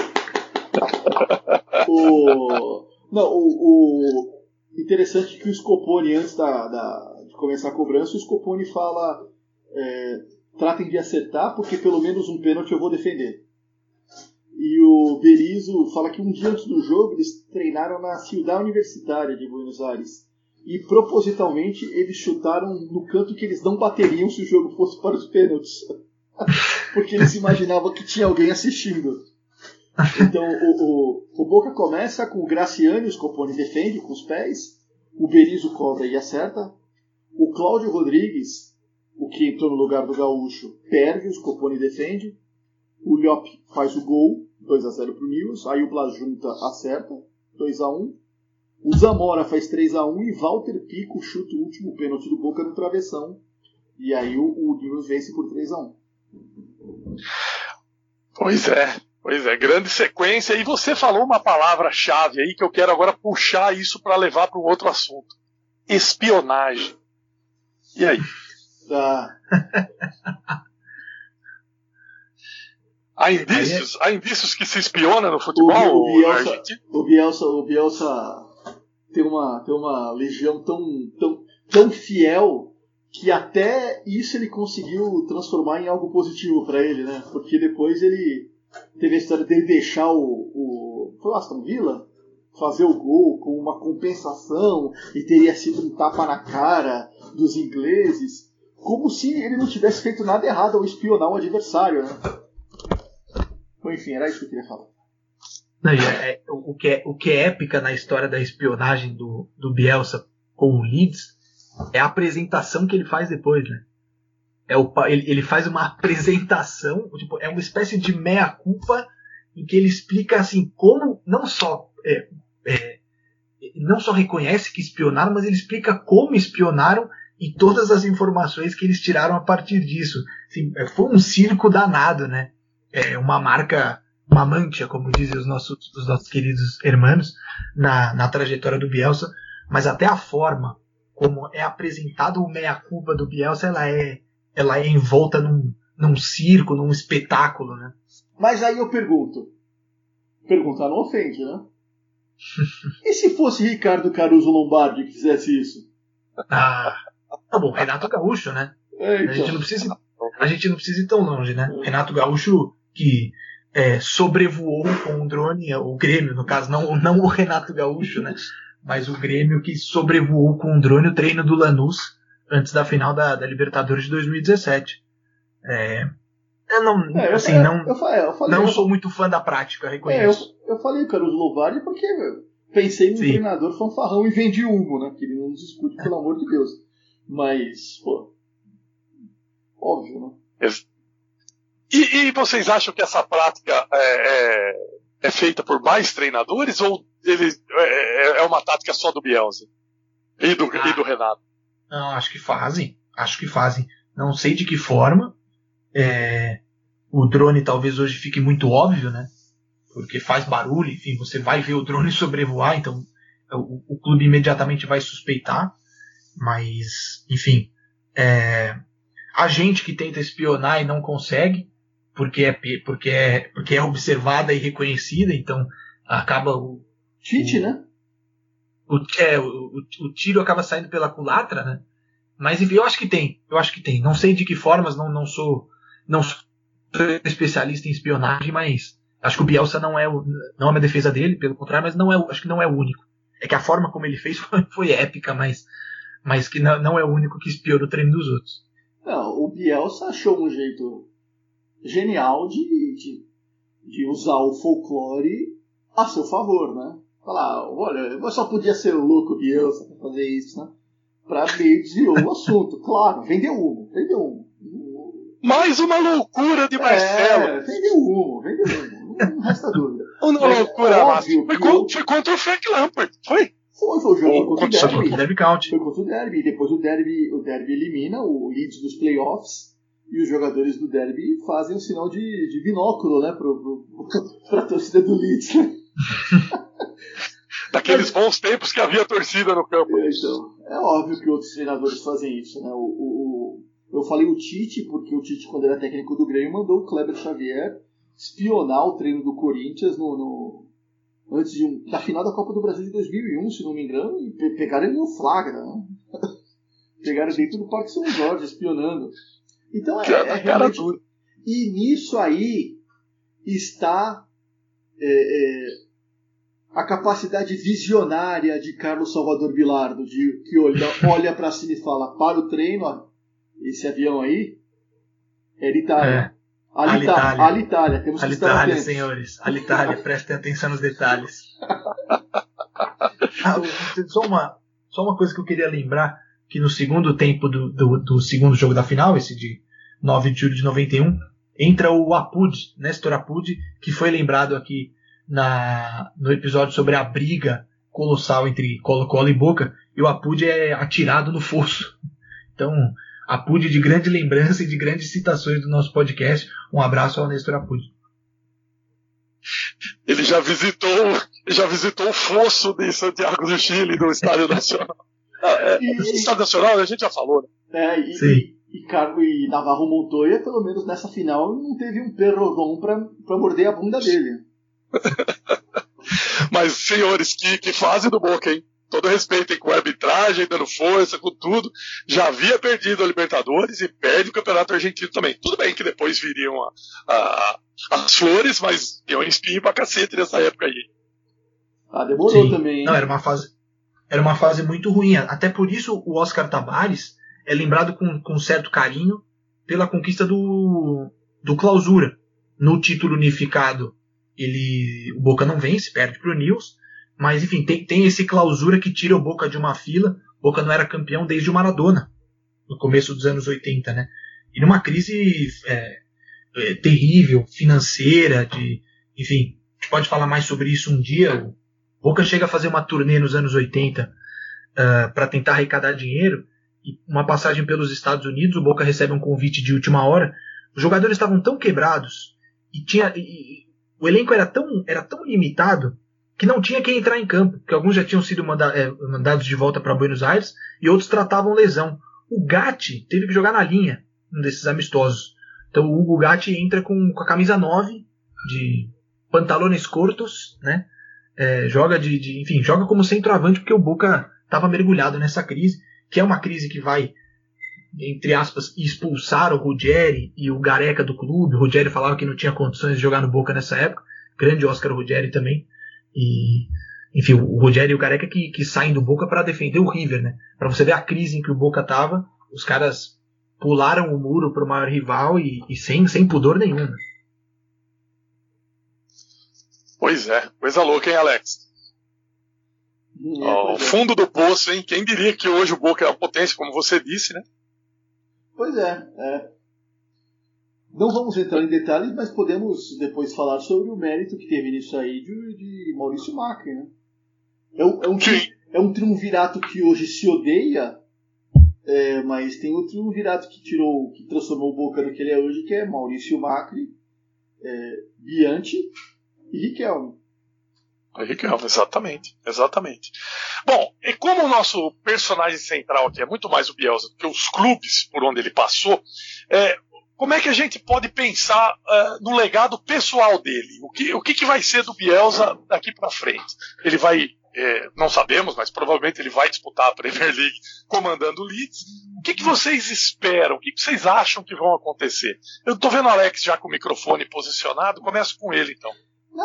interessante é que o Scopone, antes de começar a cobrança, o Scopone fala: tratem de acertar, porque pelo menos um pênalti eu vou defender. E o Berizzo fala que um dia antes do jogo eles treinaram na Ciudad Universitária de Buenos Aires. E propositalmente eles chutaram no canto que eles não bateriam se o jogo fosse para os pênaltis. Porque eles imaginavam que tinha alguém assistindo. Então o Boca começa com o Graciani, o Scopone defende com os pés. O Berizzo cobra e acerta. O Cláudio Rodrigues, o que entrou no lugar do Gaúcho, perde, o Scopone defende. O Llop faz o gol, 2-0 para o Newell's. Aí o Blas Junta acerta, 2-1. O Zamora faz 3-1 e Walter Pico chuta o último pênalti do Boca no travessão. E aí o Newell's vence por 3-1. Pois é, grande sequência. E você falou uma palavra-chave aí que eu quero agora puxar isso para levar para um outro assunto: espionagem. E aí? Há indícios que se espiona no futebol? O Bielsa tem uma legião tão fiel que até isso ele conseguiu transformar em algo positivo para ele, né? Porque depois ele teve a história dele deixar foi o Aston Villa fazer o gol com uma compensação e teria sido um tapa na cara dos ingleses, como se ele não tivesse feito nada errado ao espionar um adversário, né? Enfim, era isso que eu queria falar. O que é épica na história da espionagem do Bielsa com o Leeds é a apresentação que ele faz depois, né? Ele faz uma apresentação, tipo, é uma espécie de meia-culpa em que ele explica assim como não só reconhece que espionaram, mas ele explica como espionaram e todas as informações que eles tiraram a partir disso. Assim, foi um circo danado, né? Uma marca, uma mancha, como dizem os nossos queridos hermanos, na trajetória do Bielsa, mas até a forma como é apresentado o meia-culpa do Bielsa, ela é envolta num circo, num espetáculo, né? Mas aí eu pergunto, Perguntar não ofende, né? E se fosse Ricardo Caruso Lombardi que fizesse isso? Tá bom, Renato Gaúcho, né? Então. A gente não precisa ir tão longe, né? Renato Gaúcho que sobrevoou com o drone, o Grêmio, no caso, não o Renato Gaúcho, né? Mas o Grêmio que sobrevoou com o drone o treino do Lanús antes da final da Libertadores de 2017. Não sou muito fã da prática, reconheço. Eu falei o Caruso Lombardi porque pensei num treinador fanfarrão e vendi humo, né? Que ele não nos escute, pelo amor de Deus. Mas, pô, óbvio, né? E vocês acham que essa prática é feita por mais treinadores ou é uma tática só do Bielsa e do Renato? Não, acho que fazem. Não sei de que forma. O drone talvez hoje fique muito óbvio, né? Porque faz barulho, enfim, você vai ver o drone sobrevoar, então o clube imediatamente vai suspeitar. Mas, enfim, a gente que tenta espionar e não consegue, porque é observada e reconhecida, então acaba o Tite, né? O tiro acaba saindo pela culatra, né? Mas enfim, eu acho que tem. Não sei de que formas, não sou especialista em espionagem, mas acho que o Bielsa não é uma defesa dele, pelo contrário, mas acho que não é o único. É que a forma como ele fez foi épica, mas que não é o único que espiou no treino dos outros. Não, o Bielsa achou um jeito genial de usar o folclore a seu favor, né? Falar, olha, eu só podia ser louco o Bielsa pra fazer isso, né? Pra meio desviou o assunto. Claro, vendeu humo. Mais uma loucura de Marcelo. Vendeu humo. Não resta dúvida. Uma loucura, Márcio. Foi contra o Frank Lampard, foi? Foi o jogo contra o Derby County. Foi contra o Derby. Depois o Derby elimina o Leeds dos playoffs e os jogadores do Derby fazem um sinal de binóculo, né, pra torcida do Leeds. Daqueles bons tempos que havia torcida no campo. Então, é óbvio que outros treinadores fazem isso, né? Eu falei o Tite, porque o Tite, quando era técnico do Grêmio, mandou o Kleber Xavier espionar o treino do Corinthians antes da final da Copa do Brasil de 2001, se não me engano, e pegaram ele no flagra, né? Pegaram dentro do Parque São Jorge, espionando. Então realmente... E nisso aí está a capacidade visionária de Carlos Salvador Bilardo, que olha para cima e fala, para o treino, ó, esse avião aí é de Itália. Alitalia, temos que estar atentos. Senhores, Alitalia, prestem atenção nos detalhes. Só uma coisa que eu queria lembrar, que no segundo tempo do segundo jogo da final, esse de 9 de julho de 91, entra o Apud, Néstor Apud, que foi lembrado aqui no episódio sobre a briga colossal entre Colo-Colo e Boca, e o Apud é atirado no fosso. Então, Apud de grande lembrança e de grandes citações do nosso podcast. Um abraço ao Néstor Apud. Ele já visitou o fosso de Santiago do Chile, do Estádio Nacional. Estádio Nacional, a gente já falou, né? Sim. E Navarro Montoya, pelo menos nessa final, não teve um perrorão pra morder a bunda dele. Mas, senhores, que fase do Boca, hein? Todo respeito, hein? Com a arbitragem, dando força, com tudo. Já havia perdido a Libertadores e perde o Campeonato Argentino também. Tudo bem que depois viriam as flores, mas deu um espinho pra cacete nessa época aí. Demorou também, hein? Não, era uma fase muito ruim. Até por isso o Oscar Tabares é lembrado com certo carinho pela conquista do Clausura. No título unificado, o Boca não vence, perde pro Nils, mas enfim, tem esse Clausura que tira o Boca de uma fila. O Boca não era campeão desde o Maradona, no começo dos anos 80, né? E numa crise terrível, financeira, enfim, a gente pode falar mais sobre isso um dia. O Boca chega a fazer uma turnê nos anos 80 para tentar arrecadar dinheiro, e uma passagem pelos Estados Unidos, o Boca recebe um convite de última hora. Os jogadores estavam tão quebrados e o elenco era tão limitado que não tinha quem entrar em campo, porque alguns já tinham sido mandados de volta para Buenos Aires e outros tratavam lesão. O Gatti teve que jogar na linha, um desses amistosos. Então o Hugo Gatti entra com a camisa 9 pantalones curtos, né? Joga joga como centroavante, porque o Boca estava mergulhado nessa crise, que é uma crise que vai, entre aspas, expulsar o Ruggeri e o Gareca do clube. O Ruggeri falava que não tinha condições de jogar no Boca nessa época. Grande Oscar Ruggeri também. E, enfim, o Ruggeri e o Gareca que saem do Boca para defender o River, né? Para você ver a crise em que o Boca estava, os caras pularam o muro para o maior rival e sem pudor nenhum. Pois é, coisa louca, hein, Alex? O fundo do poço, hein? Quem diria que hoje o Boca é uma potência, como você disse, né? Pois é. Não vamos entrar em detalhes, mas podemos depois falar sobre o mérito que teve nisso aí de Maurício Macri, né? É um triunvirato que hoje se odeia, mas tem outro triunvirato que transformou o Boca no que ele é hoje, que é Maurício Macri, Bianchi e Riquelme. Riquelme, exatamente. Bom, e como o nosso personagem central aqui é muito mais o Bielsa do que os clubes por onde ele passou, como é que a gente pode pensar no legado pessoal dele? O que vai ser do Bielsa daqui para frente? Ele vai, não sabemos, mas provavelmente ele vai disputar a Premier League comandando o Leeds. O que vocês esperam? O que vocês acham que vão acontecer? Eu estou vendo o Alex já com o microfone posicionado, começo com ele então.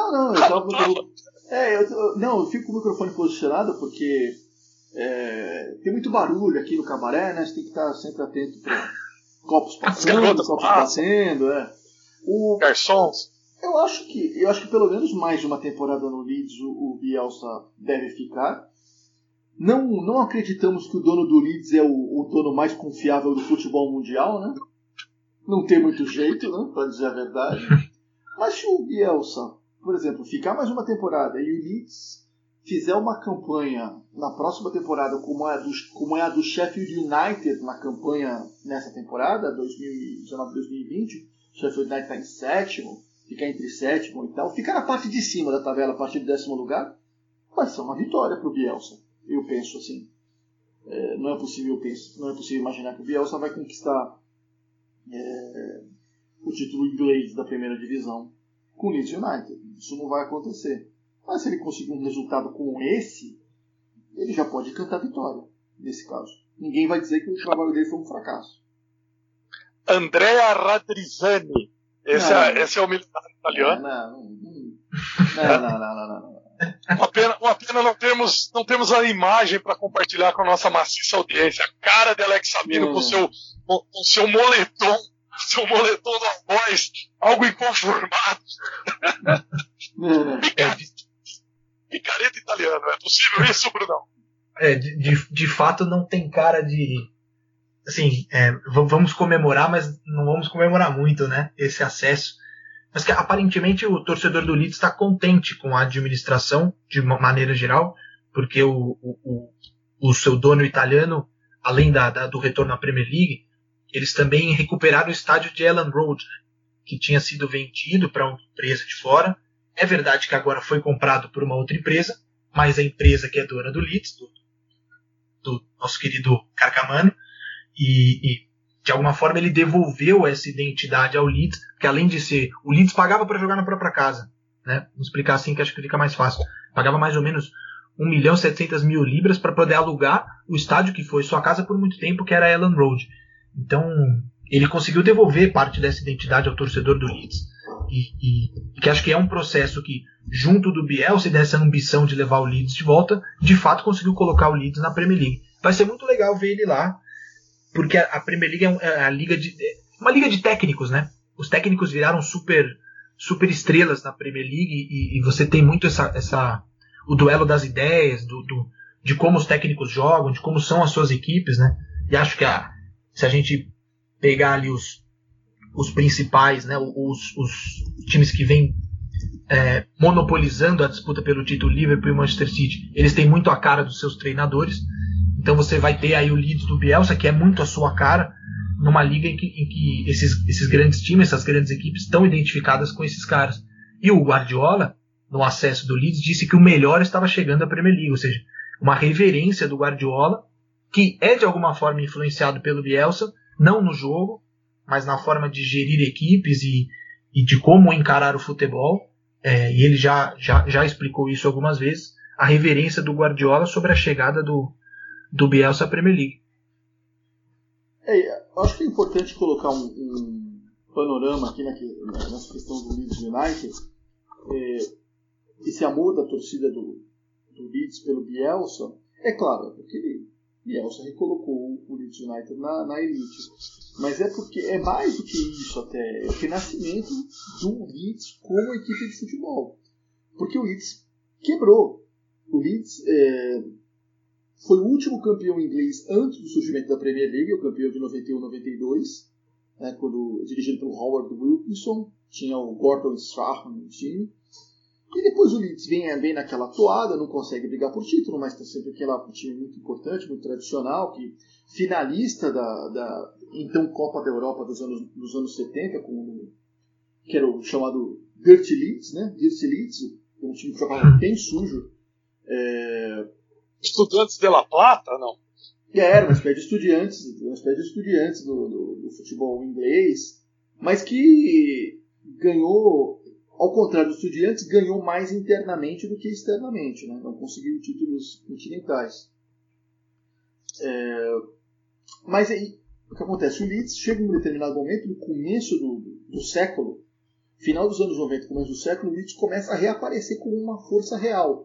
Eu fico com o microfone posicionado porque tem muito barulho aqui no cabaré, né? Você tem que estar sempre atento para copos passando, copos batendo. Garçons. Eu acho que pelo menos mais de uma temporada no Leeds o Bielsa deve ficar. Não acreditamos que o dono do Leeds é o dono mais confiável do futebol mundial, né? Não tem muito jeito, né? Para dizer a verdade. Mas se o Bielsa, por exemplo, ficar mais uma temporada e o Leeds fizer uma campanha na próxima temporada como é a do Sheffield United na campanha nessa temporada, 2019-2020, Sheffield United está em sétimo, ficar entre sétimo e tal, ficar na parte de cima da tabela a partir do 10º lugar, vai ser uma vitória para o Bielsa. Eu penso assim. Não é possível imaginar que o Bielsa vai conquistar o título inglês da primeira divisão com o Leeds United. Isso não vai acontecer. Mas se ele conseguir um resultado como esse, ele já pode cantar vitória, nesse caso. Ninguém vai dizer que o trabalho dele foi um fracasso. Andrea Radrizzani. Esse é o militar italiano? Não. Uma pena não temos a imagem para compartilhar com a nossa maciça audiência. A cara de Alex Sabino com o seu moletom. Seu moletom da voz, algo inconformado. Picareta italiano, é possível isso, Brunão? De fato não tem cara de... Assim, vamos comemorar, mas não vamos comemorar muito, né? Esse acesso. Mas que aparentemente o torcedor do Leeds está contente com a administração, de uma maneira geral, porque o seu dono italiano, além do retorno à Premier League, eles também recuperaram o estádio de Elland Road, que tinha sido vendido para uma empresa de fora. É verdade que agora foi comprado por uma outra empresa, mas a empresa que é dona do Leeds, do nosso querido Carcamano, e de alguma forma ele devolveu essa identidade ao Leeds, que além de ser... O Leeds pagava para jogar na própria casa, né? Vamos explicar assim que acho que fica mais fácil. Pagava mais ou menos 1.700.000 libras para poder alugar o estádio que foi sua casa por muito tempo, que era Elland Road. Então, ele conseguiu devolver parte dessa identidade ao torcedor do Leeds. E que acho que é um processo que, junto do Bielsa e dessa ambição de levar o Leeds de volta, de fato conseguiu colocar o Leeds na Premier League. Vai ser muito legal ver ele lá, porque a Premier League é uma liga de técnicos, né? Os técnicos viraram super estrelas na Premier League e você tem muito o duelo das ideias, de como os técnicos jogam, de como são as suas equipes, né? E acho que se a gente pegar ali os principais, né, os times que vêm monopolizando a disputa pelo título, Liverpool e Manchester City, eles têm muito a cara dos seus treinadores. Então você vai ter aí o Leeds do Bielsa, que é muito a sua cara, numa liga em que esses grandes times, essas grandes equipes estão identificadas com esses caras. E o Guardiola, no acesso do Leeds, disse que o melhor estava chegando à Premier League, ou seja, uma reverência do Guardiola, que é de alguma forma influenciado pelo Bielsa, não no jogo, mas na forma de gerir equipes e de como encarar o futebol. e ele já explicou isso algumas vezes, a reverência do Guardiola sobre a chegada do Bielsa à Premier League. Acho que é importante colocar um panorama aqui nessa questão do Leeds United. Esse amor da torcida do Leeds pelo Bielsa, é claro, porque Bielsa recolocou o Leeds United na elite. Mas é porque é mais do que isso até. É o renascimento do Leeds como equipe de futebol. Porque o Leeds quebrou. O Leeds foi o último campeão inglês antes do surgimento da Premier League, o campeão de 91-92, né, dirigido pelo Howard Wilkinson, tinha o Gordon Strachan no time. E depois o Leeds vem naquela toada, não consegue brigar por título, mas está sempre aquele time muito importante, muito tradicional, que finalista da então Copa da Europa dos anos 70, que era o chamado Dirty Leeds, né? Dirty Leeds, um time que jogava bem sujo. Estudiantes de La Plata, não? Era uma espécie de estudiantes do futebol inglês, mas que ganhou, ao contrário dos Estudiantes, ganhou mais internamente do que externamente, né? Não conseguiu títulos continentais. Mas aí, o que acontece? O Leeds chega em um determinado momento, no começo do século, final dos anos 90, começo do século, o Leeds começa a reaparecer como uma força real.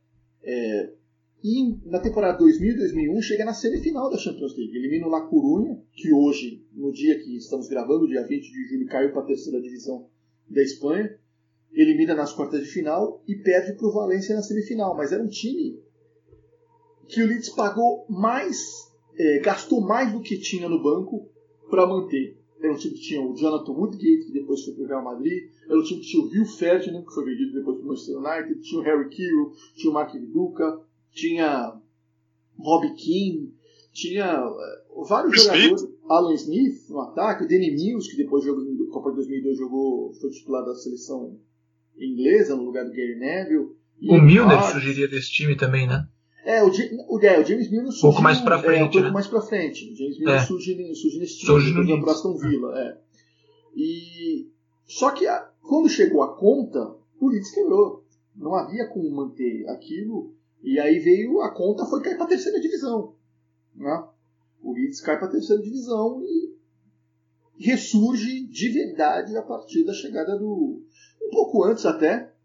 E na temporada 2000-2001 chega na semifinal da Champions League. Elimina o La Coruña, que hoje, no dia que estamos gravando, dia 20 de julho, caiu para a terceira divisão da Espanha. Elimina nas quartas de final e perde para o Valência na semifinal. Mas era um time que o Leeds pagou mais, gastou mais do que tinha no banco para manter. Era um time que tinha o Jonathan Woodgate, que depois foi para o Real Madrid. Era um time que tinha o Rio Ferdinand, que foi vendido depois para o Manchester United. Tinha o Harry Kewell, tinha o Mark Viduka, tinha Robbie Keane, tinha vários jogadores. Alan Smith no ataque, o Danny Mills, que depois jogou na Copa de 2002, foi titular da seleção inglesa no lugar do Gary Neville. O Milner surgiria desse time também, né? O James Milner surge um pouco mais pra frente. Um pouco mais pra frente. O James Milner surge nesse time, depois pro Aston Villa. E só que quando chegou a conta, o Leeds quebrou. Não havia como manter aquilo. E aí veio a conta, foi cair para a terceira divisão. Né? O Leeds cai para a terceira divisão e ressurge de verdade a partir da chegada um pouco antes até,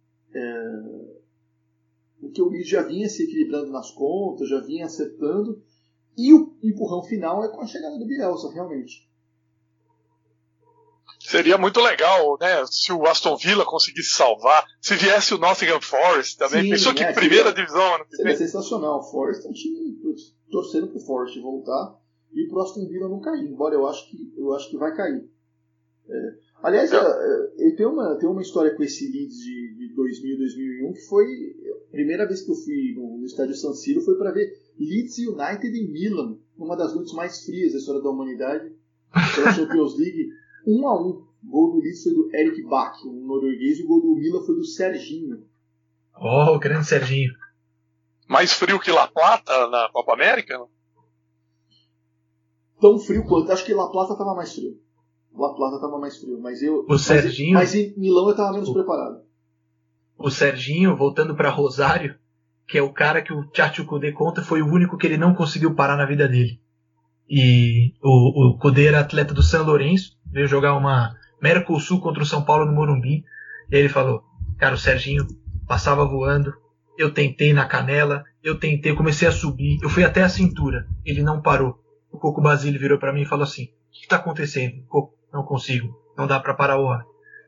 porque o Leeds já vinha se equilibrando nas contas, já vinha acertando, e o empurrão final é com a chegada do Bielsa, realmente. Seria muito legal, né, se o Aston Villa conseguisse salvar, se viesse o Nottingham Forest também. Sim, pensou que primeira divisão ano que vem? Seria sensacional. O Forest é um time torcendo pro Forest voltar e pro Aston Villa não cair, embora eu acho que vai cair. Aliás, eu tenho uma história com esse Leeds de 2000, 2001, que foi a primeira vez que eu fui no estádio San Siro, foi para ver Leeds United em Milan, uma das noites mais frias da história da humanidade, pela Champions League, 1-1. O gol do Leeds foi do Erik Bach, um norueguês, e o gol do Milan foi do Serginho. O grande Serginho. Mais frio que La Plata na Copa América? Não? Tão frio quanto. Acho que La Plata estava mais frio. Serginho, mas em Milão eu estava menos preparado. O Serginho, voltando para Rosário, que é o cara que o Tchatcho Kudê conta, foi o único que ele não conseguiu parar na vida dele. E o Kudê era atleta do São Lourenço, veio jogar uma Mercosul contra o São Paulo no Morumbi, e ele falou, cara, o Serginho passava voando, eu tentei na canela, eu comecei a subir, eu fui até a cintura, ele não parou. O Coco Basile virou para mim e falou assim, o que está acontecendo? Coco, não consigo, não dá para parar o homem.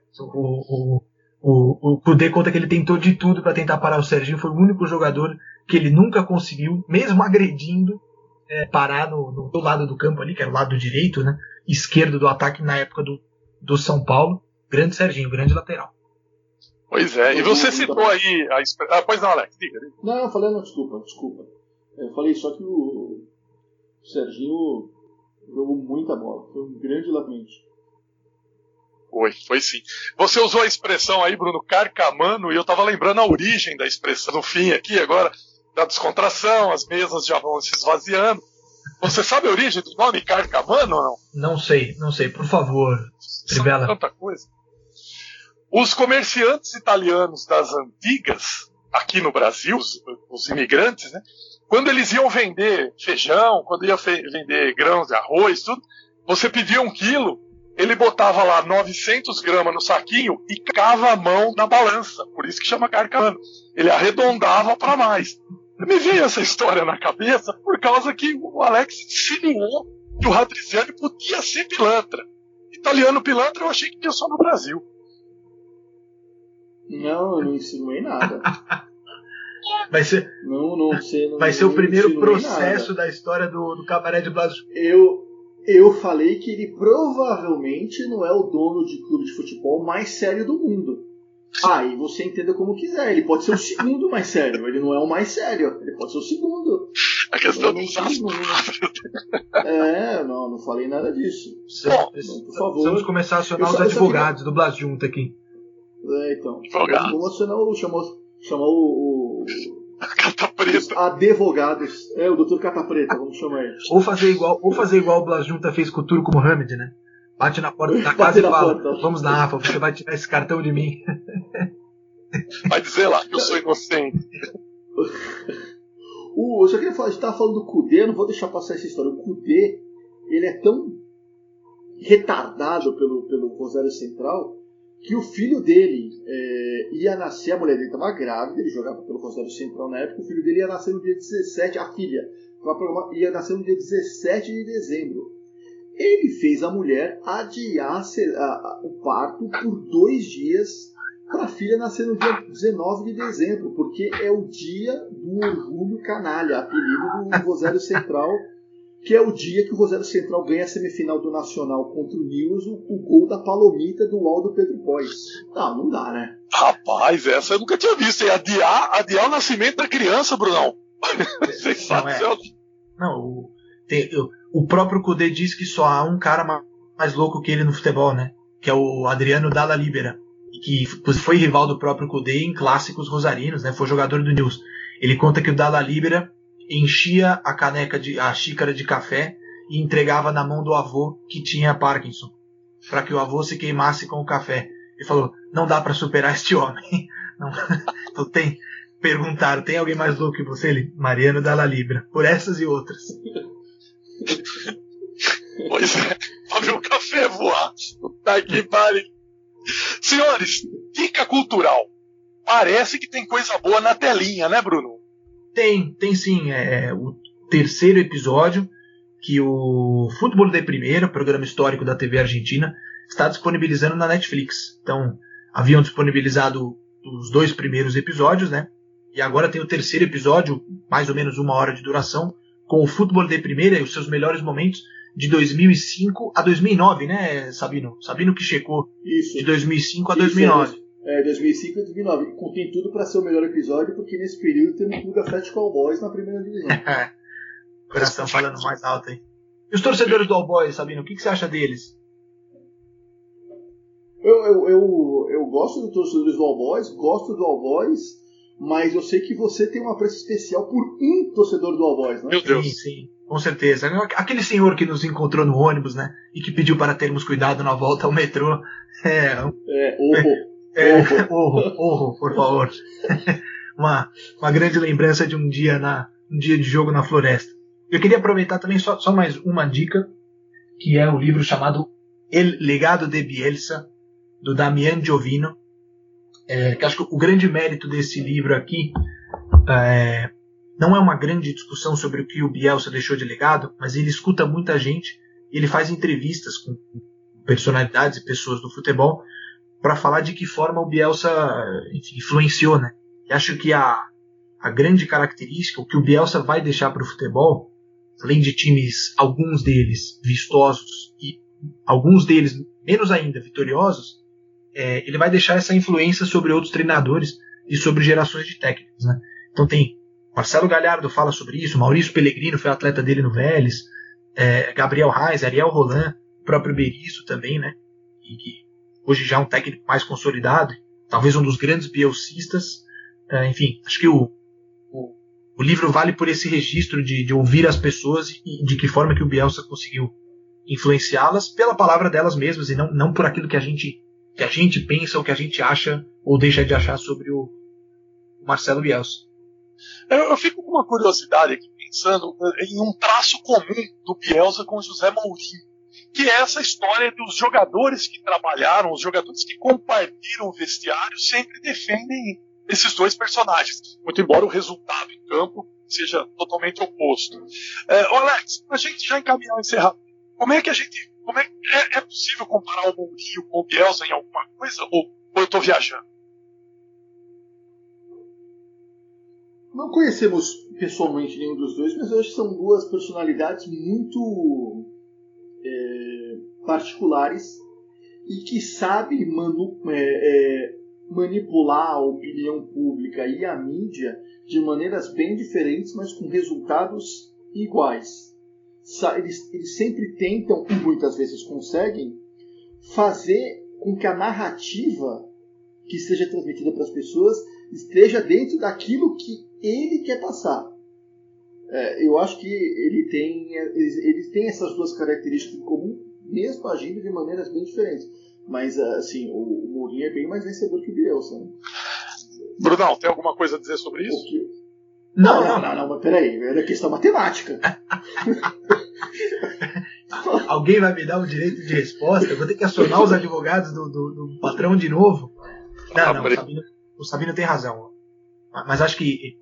O Kudê conta que ele tentou de tudo para tentar parar o Serginho, foi o único jogador que ele nunca conseguiu, mesmo agredindo, parar do lado do campo ali, que era o lado direito, né, esquerdo do ataque na época do São Paulo. Grande Serginho, grande lateral. Pois é, e você citou aí pois não, Alex, diga. Não, eu falei, não, desculpa. Eu falei só que o Serginho jogou muita bola, foi um grande latente. Foi sim. Você usou a expressão aí, Bruno, carcamano, e eu tava lembrando a origem da expressão no fim aqui agora, da descontração, as mesas já vão se esvaziando. Você sabe a origem do nome carcamano ou não? Não sei, por favor, revela. Tanta coisa. Os comerciantes italianos das antigas, aqui no Brasil, os imigrantes, né? Quando eles iam vender feijão, quando ia vender grãos de arroz, tudo, você pedia 1 quilo, ele botava lá 900 gramas no saquinho e cava a mão na balança. Por isso que chama carcamano. Ele arredondava para mais. Me veio essa história na cabeça por causa que o Alex insinuou que o Radriziani podia ser pilantra. Italiano pilantra eu achei que tinha só no Brasil. Não, eu não insinuei nada. Vai ser, vai ser o primeiro processo da história do Cabaré de Blas. Eu falei que ele provavelmente não é o dono de clube de futebol mais sério do mundo. E você entenda como quiser. Ele pode ser o segundo mais sério. Ele não é o mais sério. Ele pode ser o segundo. A questão dos não falei nada disso. Por favor. Precisamos começar a acionar os advogados do Blas Junta aqui. Então. Vamos acionar chamar o Cata Preta. Os advogados. O Dr. Cata Preta, vamos chamar ele. Ou fazer igual o Blas Junta fez com o Turco Mohamed, né? Bate na porta da casa e fala: vamos na AFA, você vai tirar esse cartão de mim. Vai dizer lá que eu sou inocente. Eu só queria falar, a gente estava falando do Kudê, eu não vou deixar passar essa história. O Kudê, ele é tão retardado pelo Rosário Central que o filho dele ia nascer, a mulher dele estava grávida, ele jogava pelo Rosário Central na época, o filho dele ia nascer no dia 17, a filha ia nascer no dia 17 de dezembro. Ele fez a mulher adiar o parto por 2 dias para a filha nascer no dia 19 de dezembro, porque é o dia do orgulho canalha, apelido do Rosário Central, que é o dia que o Rosário Central ganha a semifinal do Nacional contra o News, o gol da Palomita do Aldo Pedro Pois. Não dá, né? Rapaz, essa eu nunca tinha visto. É adiar o nascimento da criança, Brunão. O próprio Kudê diz que só há um cara mais louco que ele no futebol, né? Que é o Adriano Dalla Libera, que foi rival do próprio Kudê em clássicos rosarinos, né? Foi jogador do News. Ele conta que o Dalla Libera enchia a xícara de café e entregava na mão do avô que tinha Parkinson, para que o avô se queimasse com o café. Ele falou: não dá para superar este homem. Não. Então perguntaram: tem alguém mais louco que você? Ele: Mariano Dalla Libera, por essas e outras. Pois é, pra ver o café voar. Tá que pare. Senhores, dica cultural. Parece que tem coisa boa na telinha, né, Bruno? Tem sim. É o 3º episódio que o Futebol de Primeira, programa histórico da TV Argentina, está disponibilizando na Netflix. Então, haviam disponibilizado os 2 primeiros episódios, né? E agora tem o 3º episódio, mais ou menos 1 hora de duração, com o Futebol de Primeira e os seus melhores momentos de 2005 a 2009, né, Sabino? Sabino que checou. Isso. De 2005 a 2009. 2005 a 2009. Contém tudo para ser o melhor episódio, porque nesse período temos o Clube Atlético All Boys na primeira divisão. Coração falando mais alto aí. E os torcedores do All Boys, Sabino, o que você acha deles? Eu gosto dos torcedores do All Boys, gosto do All Boys, mas eu sei que você tem um apreço especial por um torcedor do All Boys, né? Meu Deus. Sim, com certeza. Aquele senhor que nos encontrou no ônibus, né? E que pediu para termos cuidado na volta ao metrô. Orro, por favor. uma grande lembrança de um dia de jogo na floresta. Eu queria aproveitar também só mais uma dica, que é o livro chamado El Legado de Bielsa, do Damian Giovino. Que acho que o grande mérito desse livro aqui não é uma grande discussão sobre o que o Bielsa deixou de legado, mas ele escuta muita gente e ele faz entrevistas com personalidades e pessoas do futebol para falar de que forma o Bielsa influenciou, né? E acho que a grande característica, o que o Bielsa vai deixar para o futebol, além de times, alguns deles vistosos e alguns deles menos ainda vitoriosos, ele vai deixar essa influência sobre outros treinadores e sobre gerações de técnicos, né? Então tem Marcelo Galhardo fala sobre isso, Maurício Pellegrino foi atleta dele no Vélez, Gabriel Reis, Ariel Roland, o próprio Berizzo também, né? E que hoje já é um técnico mais consolidado, talvez um dos grandes bielcistas. Enfim, acho que o livro vale por esse registro de ouvir as pessoas e de que forma que o Bielsa conseguiu influenciá-las pela palavra delas mesmas e não por aquilo que a gente que a gente pensa, ou que a gente acha ou deixa de achar sobre o Marcelo Bielsa. Eu fico com uma curiosidade aqui, pensando em um traço comum do Bielsa com o José Mourinho, que é essa história dos jogadores que trabalharam, os jogadores que compartilham o vestiário, sempre defendem esses dois personagens, muito embora o resultado em campo seja totalmente oposto. Alex, a gente já encaminhou o encerramento. É possível comparar o Mourinho com o Bielsa em alguma coisa? Ou eu estou viajando? Não conhecemos pessoalmente nenhum dos dois, mas eu acho que são duas personalidades muito particulares e que sabem manipular a opinião pública e a mídia de maneiras bem diferentes, mas com resultados iguais. Eles sempre tentam, e muitas vezes conseguem, fazer com que a narrativa que seja transmitida para as pessoas esteja dentro daquilo que ele quer passar. Eu acho que eles têm essas duas características em comum, mesmo agindo de maneiras bem diferentes. Mas, assim, o Mourinho é bem mais vencedor que o Bielsa, né? Brunão, tem alguma coisa a dizer sobre isso? Não, mas peraí, é questão matemática. Alguém vai me dar o direito de resposta? Eu vou ter que acionar os advogados do patrão de novo? Não, o Sabino tem razão. Mas acho que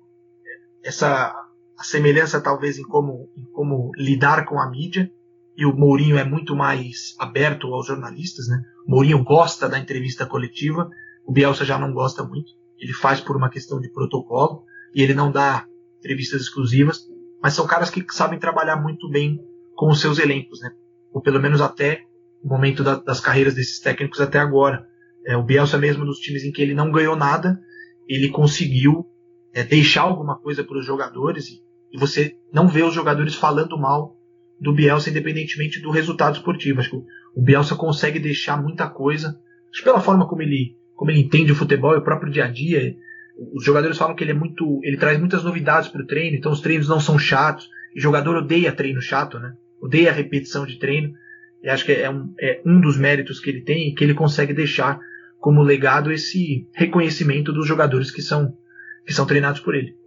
a semelhança talvez em como lidar com a mídia, e o Mourinho é muito mais aberto aos jornalistas, né? O Mourinho gosta da entrevista coletiva, o Bielsa já não gosta muito, ele faz por uma questão de protocolo, e ele não dá entrevistas exclusivas, mas são caras que sabem trabalhar muito bem com os seus elencos, né? Ou pelo menos até o momento das carreiras desses técnicos até agora. O Bielsa mesmo, nos times em que ele não ganhou nada, ele conseguiu deixar alguma coisa para os jogadores, e você não vê os jogadores falando mal do Bielsa, independentemente do resultado esportivo. Acho que o Bielsa consegue deixar muita coisa, acho que pela forma como ele entende o futebol e o próprio dia a dia. Os jogadores falam que ele traz muitas novidades para o treino, então os treinos não são chatos, e o jogador odeia treino chato, né? Odeia a repetição de treino, e acho que é um dos méritos que ele tem, e que ele consegue deixar como legado esse reconhecimento dos jogadores que são treinados por ele.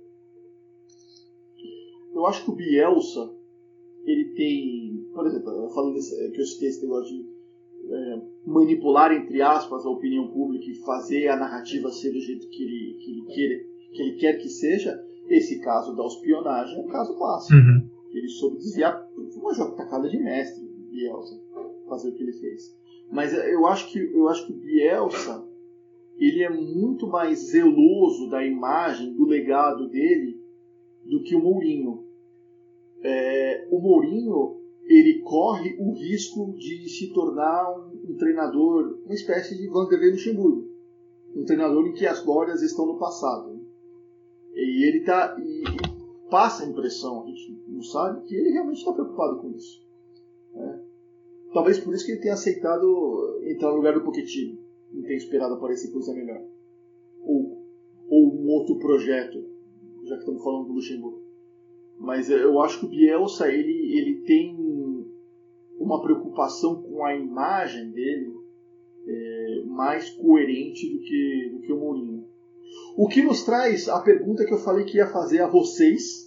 Eu acho que o Bielsa, ele tem, por exemplo, falando que eu citei esse negócio de manipular, entre aspas, a opinião pública e fazer a narrativa ser do jeito que ele quer que seja. Esse caso da espionagem é um caso clássico. Uhum. Ele soube desviar uma tacada de mestre, Bielsa, fazer o que ele fez. Mas eu acho que o Bielsa, ele é muito mais zeloso da imagem, do legado dele, do que o Mourinho. O Mourinho, ele corre o risco de se tornar um treinador, uma espécie de Vanderlei Luxemburgo, um treinador em que as glórias estão no passado. E ele passa a impressão, a gente não sabe, que ele realmente está preocupado com isso. Talvez por isso que ele tenha aceitado entrar no lugar do Pochettino, não tenha esperado aparecer coisa melhor. Ou um outro projeto, já que estamos falando do Luxemburgo. Mas eu acho que o Bielsa, ele tem uma preocupação com a imagem dele mais coerente do que o Mourinho. O que nos traz a pergunta que eu falei que ia fazer a vocês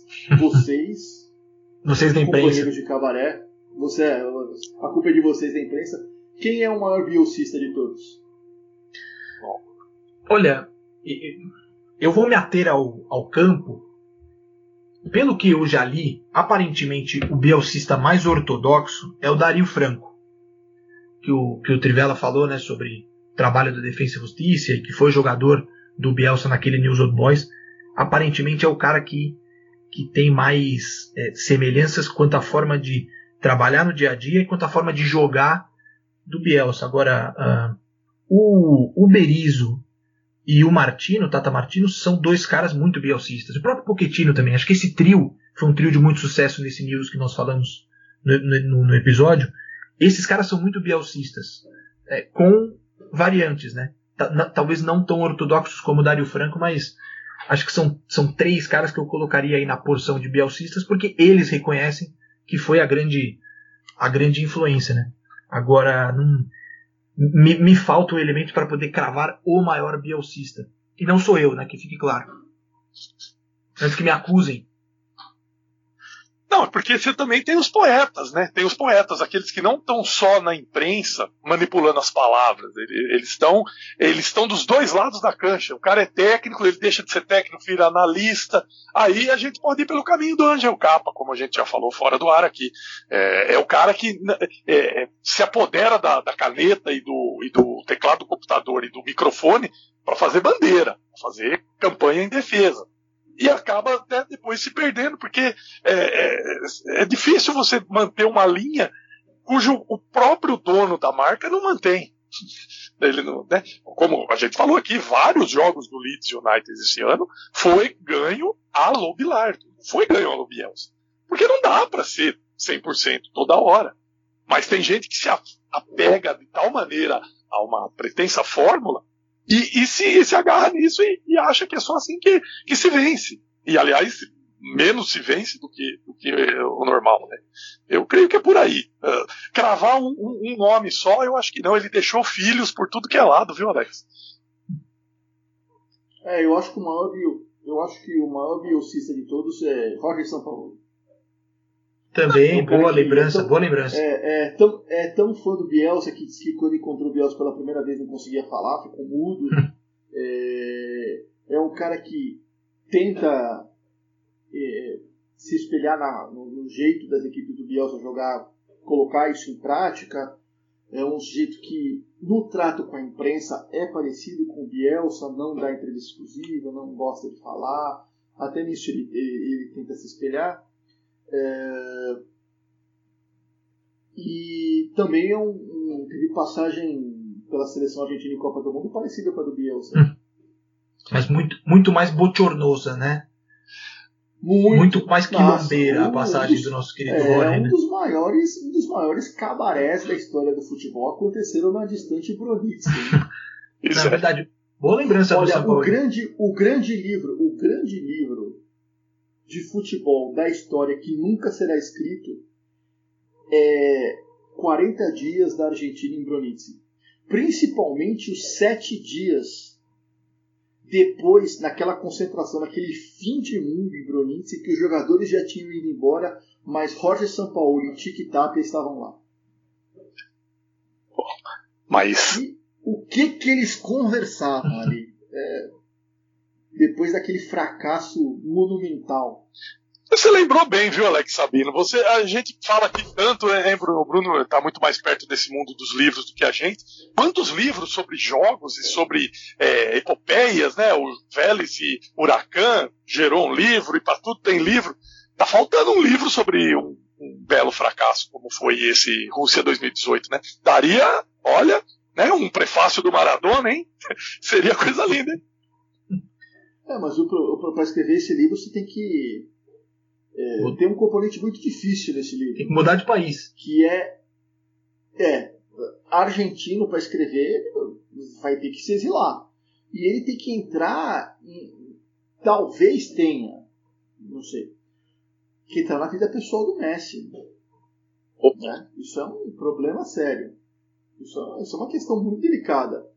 da imprensa, companheiros de cabaré, a culpa é de vocês da imprensa. Quem é o maior bielcista de todos? Olha, eu vou me ater ao campo. Pelo que eu já li, aparentemente o bielcista mais ortodoxo é o Dario Franco, que o Trivela falou, né, sobre o trabalho da Defensa e Justiça, e que foi jogador do Bielsa naquele News Old Boys. Aparentemente é o cara que tem mais semelhanças quanto à forma de trabalhar no dia a dia e quanto à forma de jogar do Bielsa. Agora, o Berizzo e o Tata Martino, são dois caras muito bielcistas. O próprio Pochettino também. Acho que esse trio foi um trio de muito sucesso nesse news que nós falamos no episódio. Esses caras são muito bielcistas, com variantes, né? Talvez não tão ortodoxos como o Dario Franco, mas acho que são três caras que eu colocaria aí na porção de bielcistas, porque eles reconhecem que foi a grande influência, né? Agora, me falta o elemento para poder cravar o maior bielcista. E não sou eu, né? Que fique claro. Antes que me acusem. Não, porque você também tem os poetas, né? Tem os poetas, aqueles que não estão só na imprensa manipulando as palavras. Eles estão dos dois lados da cancha. O cara é técnico, ele deixa de ser técnico, vira analista. Aí a gente pode ir pelo caminho do Angel Capa, como a gente já falou fora do ar aqui. É o cara que se apodera da caneta e do teclado do computador e do microfone para fazer bandeira, para fazer campanha em defesa. E acaba até depois se perdendo, porque é difícil você manter uma linha cujo o próprio dono da marca não mantém. Ele não, né? Como a gente falou aqui, vários jogos do Leeds United esse ano foi ganho a Lo Bilardo, foi ganho a Lo Bielsa. Porque não dá para ser 100% toda hora. Mas tem gente que se apega de tal maneira a uma pretensa fórmula e se agarra nisso e acha que é só assim que se vence. E, aliás, menos se vence do que o normal, né? Eu creio que é por aí. Cravar um nome só, eu acho que não. Ele deixou filhos por tudo que é lado, viu, Alex? Eu acho que o maior bielcista de todos é Roger Sampaoli. Também, boa lembrança. É tão fã do Bielsa que disse que quando encontrou o Bielsa pela primeira vez não conseguia falar, ficou mudo. É um cara que tenta se espelhar no jeito das equipes do Bielsa jogar, colocar isso em prática. É um jeito que, no trato com a imprensa, é parecido com o Bielsa, não dá entrevista exclusiva, não gosta de falar. Até nisso ele tenta se espelhar. E também teve passagem pela seleção argentina em Copa do Mundo parecida com a do Bielsa. Mas muito mais bochornosa, né? Muito mais quilombeira a passagem do nosso querido Jorge. Um dos maiores cabarés da história do futebol aconteceram na distante Brunitz. Na verdade, boa lembrança do São Paulo. O grande livro de futebol da história que nunca será escrito é 40 dias da Argentina em Brunitz. Principalmente os 7 dias depois, naquela concentração, naquele fim de mundo em Brunitz, que os jogadores já tinham ido embora, mas Jorge Sampaoli e Tiki Tapia estavam lá. Mas e o que eles conversavam ali? Depois daquele fracasso monumental. Você lembrou bem, viu, Alex Sabino? A gente fala aqui tanto, Bruno? O Bruno está muito mais perto desse mundo dos livros do que a gente. Quantos livros sobre jogos e sobre epopeias, né? O Vélez e Huracan gerou um livro, e para tudo tem livro. Tá faltando um livro sobre um belo fracasso, como foi esse Rússia 2018, né? Daria, olha, né, um prefácio do Maradona, hein? Seria coisa linda, hein? Mas para escrever esse livro você tem que... tem um componente muito difícil nesse livro. Tem que mudar de país. Que argentino, para escrever, vai ter que se exilar. E ele tem que entrar talvez tenha, não sei, que entrar na vida pessoal do Messi. Né? Isso é um problema sério. Isso é uma questão muito delicada.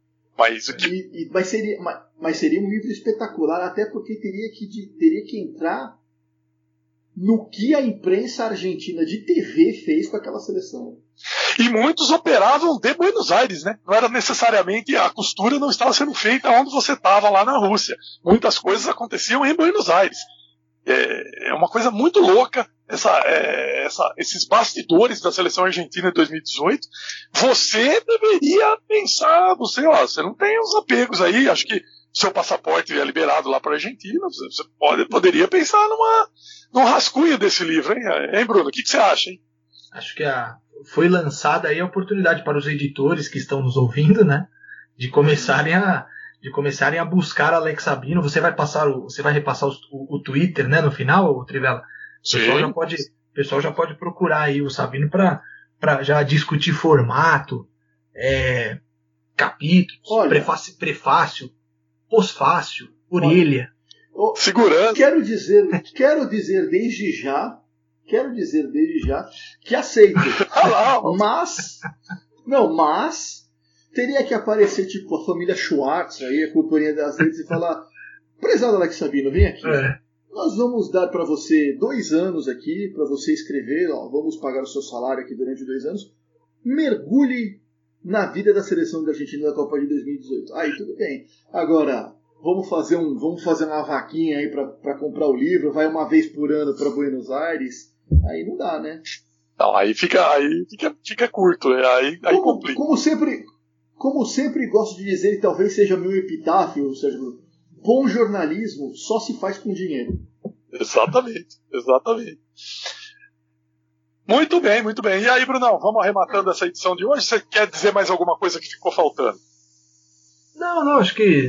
Mas seria um livro espetacular, até porque teria que entrar no que a imprensa argentina de TV fez com aquela seleção. E muitos operavam de Buenos Aires, né? Não era necessariamente, a costura não estava sendo feita onde você estava lá na Rússia. Muitas coisas aconteciam em Buenos Aires. É uma coisa muito louca esses bastidores da seleção argentina de 2018. Você deveria pensar, você não tem os apegos aí, acho que seu passaporte é liberado lá para a Argentina, você poderia pensar num rascunho desse livro, hein, Bruno? O que você acha, hein? Acho que foi lançada aí a oportunidade para os editores que estão nos ouvindo, né, de começarem a buscar Alex Sabino. Você vai repassar o Twitter, né, no final, Trivela? O pessoal já pode procurar aí o Sabino para já discutir formato, capítulos, prefácio, pós-fácio, orelha. Segurança. Quero dizer desde já que aceito. mas teria que aparecer tipo a família Schwartz aí, a companhia das letras, e falar: prezado Alex Sabino, vem aqui. Nós vamos dar para você 2 anos aqui, para você escrever, ó, vamos pagar o seu salário aqui durante 2 anos. Mergulhe na vida da seleção da Argentina da Copa de 2018. Aí tudo bem. Agora, vamos fazer uma vaquinha aí para comprar o livro, vai uma vez por ano para Buenos Aires. Aí não dá, né? Não, aí fica curto, né? Aí complica. Como sempre gosto de dizer, e talvez seja meu epitáfio, Sérgio, bom jornalismo só se faz com dinheiro. Exatamente. Muito bem. E aí, Brunão, vamos arrematando essa edição de hoje? Você quer dizer mais alguma coisa que ficou faltando? Não, acho que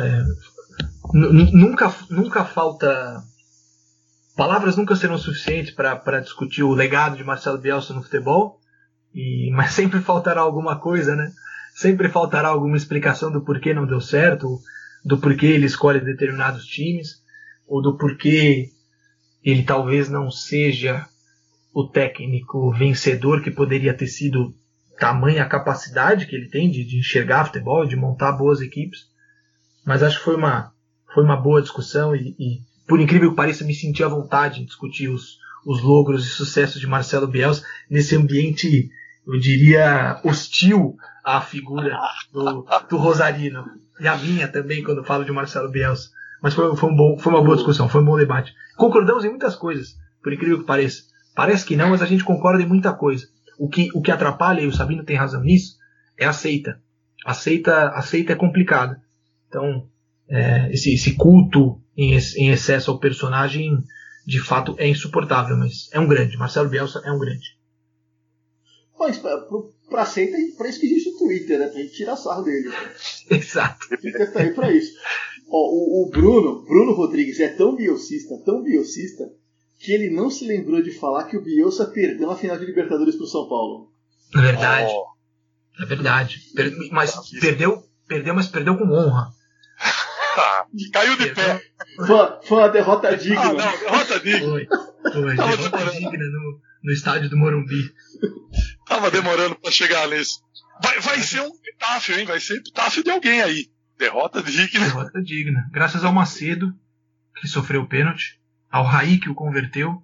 nunca falta. Palavras nunca serão suficientes para discutir o legado de Marcelo Bielsa no futebol, mas sempre faltará alguma coisa, né? Sempre faltará alguma explicação do porquê não deu certo, do porquê ele escolhe determinados times, ou do porquê ele talvez não seja o técnico vencedor que poderia ter sido, tamanha a capacidade que ele tem de enxergar futebol, de montar boas equipes. Mas acho que foi uma boa discussão e por incrível que pareça, me senti à vontade em discutir os logros e sucessos de Marcelo Bielsa nesse ambiente, eu diria, hostil à figura do Rosarino. E a minha também, quando falo de Marcelo Bielsa. Mas foi uma boa discussão, foi um bom debate. Concordamos em muitas coisas, por incrível que pareça. Parece que não, mas a gente concorda em muita coisa. O que atrapalha, e o Sabino tem razão nisso, é a seita. A seita é complicada. Então, esse culto em excesso ao personagem, de fato, é insuportável, mas é um grande. Marcelo Bielsa é um grande. Mas pra seita, pra isso que existe o Twitter, né? Pra gente tirar sarro dele. Exato. O Twitter tá aí pra isso. Ó, o Bruno Rodrigues é tão bielcista, que ele não se lembrou de falar que o Bielsa perdeu a final de Libertadores pro São Paulo. É verdade. É verdade. Mas perdeu com honra. Caiu de pé. Foi uma derrota digna. Derrota digna. Foi derrota digna no estádio do Morumbi. Tava demorando pra chegar nisso. Vai ser um epitáfio, hein? Vai ser epitáfio de alguém aí. Derrota digna. Derrota digna. Graças ao Macedo, que sofreu o pênalti, ao Raí, que o converteu,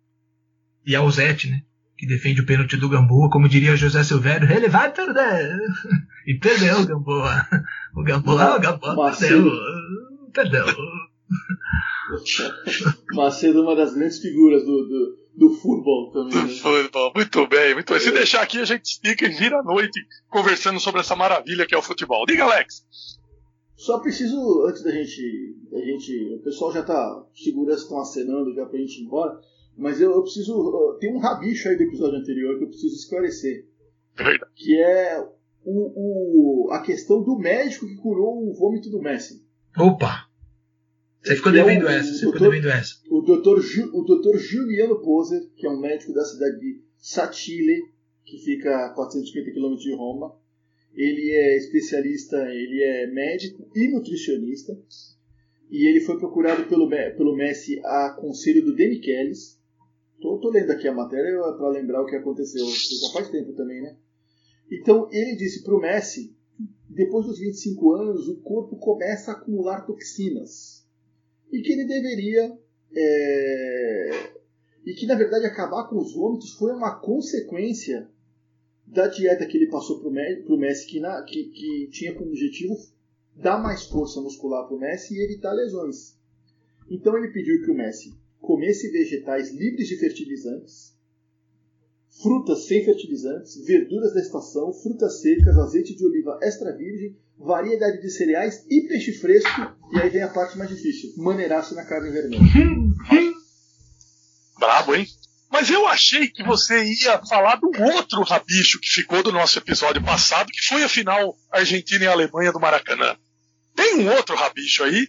e ao Zete, né? Que defende o pênalti do Gamboa, como diria José Silvério, ele vai perder. E perdeu o Gamboa. O Gamboa perdeu. Macedo é uma das grandes figuras do futebol também. Do futebol, muito bem. Se deixar aqui, a gente fica e vira a noite conversando sobre essa maravilha que é o futebol. Diga, Alex. Só preciso, antes da gente o pessoal já tá, segurança estão acenando já pra gente ir embora, mas eu preciso, tem um rabicho aí do episódio anterior que eu preciso esclarecer. Verdade. Que é a questão do médico que curou o vômito do Messi. Opa! Você ficou devendo essa. O doutor Juliano Poser, que é um médico da cidade de Satile, que fica a 450 km de Roma. Ele é especialista, ele é médico e nutricionista. E ele foi procurado pelo Messi a conselho do De Michelis. Tô lendo aqui a matéria para lembrar o que aconteceu. Já faz tempo também, né? Então ele disse para o Messi, depois dos 25 anos, o corpo começa a acumular toxinas. E que ele deveria... E que, na verdade, acabar com os vômitos foi uma consequência da dieta que ele passou para o Messi, que tinha como objetivo dar mais força muscular para o Messi e evitar lesões. Então ele pediu que o Messi comesse vegetais livres de fertilizantes, frutas sem fertilizantes, verduras da estação, frutas secas, azeite de oliva extra virgem, variedade de cereais e peixe fresco. E aí vem a parte mais difícil: maneirar-se na carne vermelha. Brabo, hein? Mas eu achei que você ia falar do outro rabicho que ficou do nosso episódio passado, que foi a final Argentina e Alemanha do Maracanã. Tem um outro rabicho aí?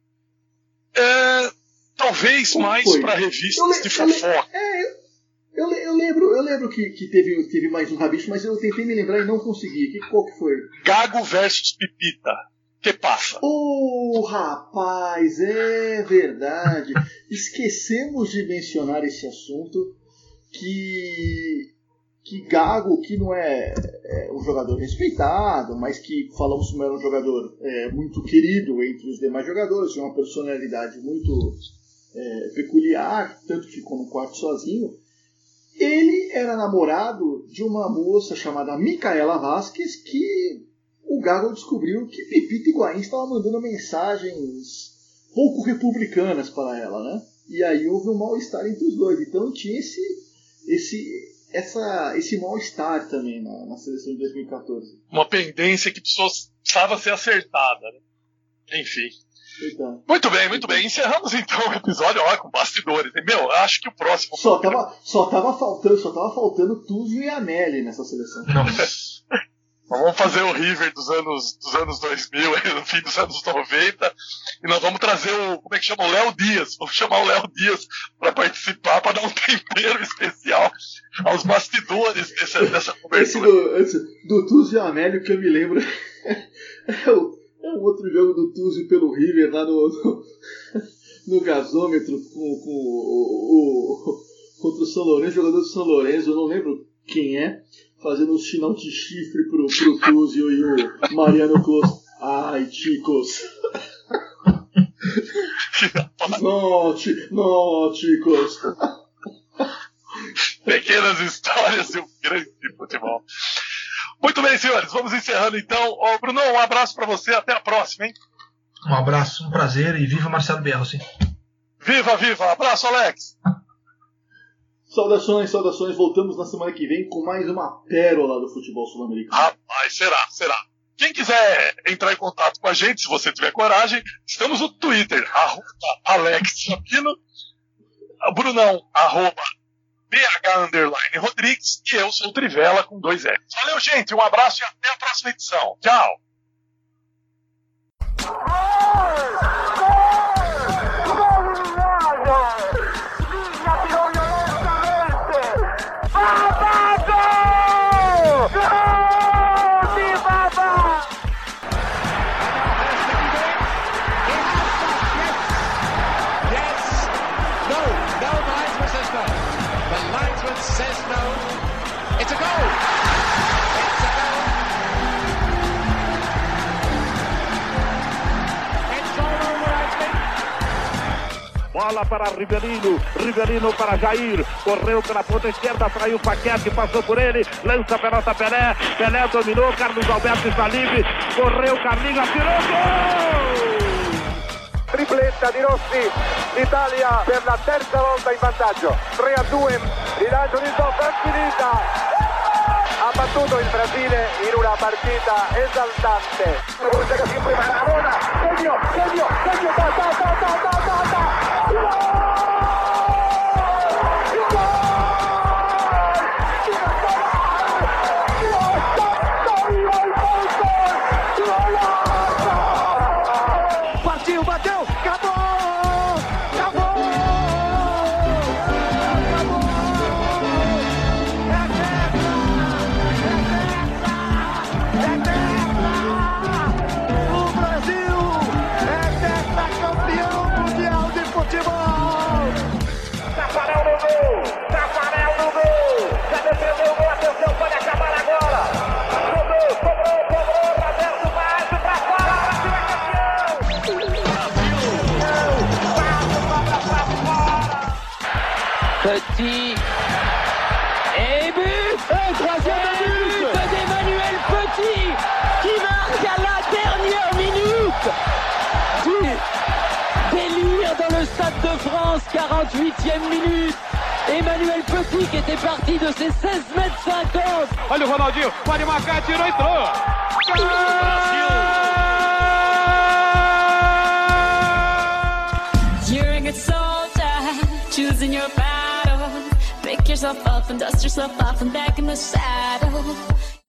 Talvez mais para revistas de fofoca. Eu lembro que teve mais um rabicho, mas eu tentei me lembrar e não consegui. Qual que foi? Gago versus Pipita. Que passa? Rapaz, é verdade. Esquecemos de mencionar esse assunto que Gago, que não é um jogador respeitado, mas que falamos que não era um jogador muito querido entre os demais jogadores, tinha uma personalidade muito peculiar, tanto que ficou no quarto sozinho. Ele era namorado de uma moça chamada Micaela Vasquez, que o Gago descobriu que Pepito Higuaín estava mandando mensagens pouco republicanas para ela, né? E aí houve um mal-estar entre os dois. Então tinha esse mal-estar também na seleção de 2014. Uma pendência que precisava ser acertada, né? Enfim. Então. Muito bem. Encerramos então o episódio com bastidores. Meu, acho que o próximo... Só tava faltando Tuzio e Amelli nessa seleção. Nossa. Vamos fazer o River dos anos 2000, no fim dos anos 90, e nós vamos trazer o Léo Dias. Vamos chamar o Léo Dias para participar, para dar um tempero especial aos bastidores dessa cobertura. Esse do Tuzio e Amelli, que eu me lembro, é um outro jogo do Tuzio pelo River, lá no gasômetro, contra o São Lourenço, jogador do São Lourenço, eu não lembro quem é, fazendo um sinal de chifre pro Tuzio e o Mariano Close. Ai, chicos. Não, chicos. Pequenas histórias de um grande futebol. Muito bem, senhores, vamos encerrando então. Bruno, um abraço para você, até a próxima, hein? Um abraço, um prazer e viva Marcelo Bielsa. Viva! Abraço, Alex! Saudações, voltamos na semana que vem com mais uma pérola do futebol sul-americano. Rapaz, será? Quem quiser entrar em contato com a gente, se você tiver coragem, estamos no Twitter, @AlexSapino, Brunão, @BH_Rodrigues, e eu sou o Trivela com 2 F. Valeu, gente, um abraço e até a próxima edição. Tchau! Says no. It's a goal. It's a goal. It's all over, I think. Bola para Rivelino para Jair, correu pela ponta esquerda, traiu o Paquete, passou por ele, lança a pelota Pelé dominou, Carlos Alberto está livre, correu Carlinhos, atirou, gol! Tripletta di Rossi, l'Italia per la terza volta in vantaggio, 3-2, il lancio di Zoff, finita, ha battuto il Brasile in una partita esaltante. Busca siempre Maradona, genio, Bateu, acabou! O Brasil é tetracampeão mundial de futebol! Tafarel no gol! Já defendeu o gol, atenção, pode acabar agora! Cobrou, Roberto Baixo pra fora, Brasil é campeão! Petit et but, troisième but d'Emmanuel Petit qui marque à la dernière minute. Délire dans le Stade de France, 48e minute. Emmanuel Petit qui était parti de ses 16,50 m. Olha o Ronaldinho, pode marcar, tirou, entrou. You're a good soldier, choosing your battle. Pick yourself up and dust yourself off and back in the saddle.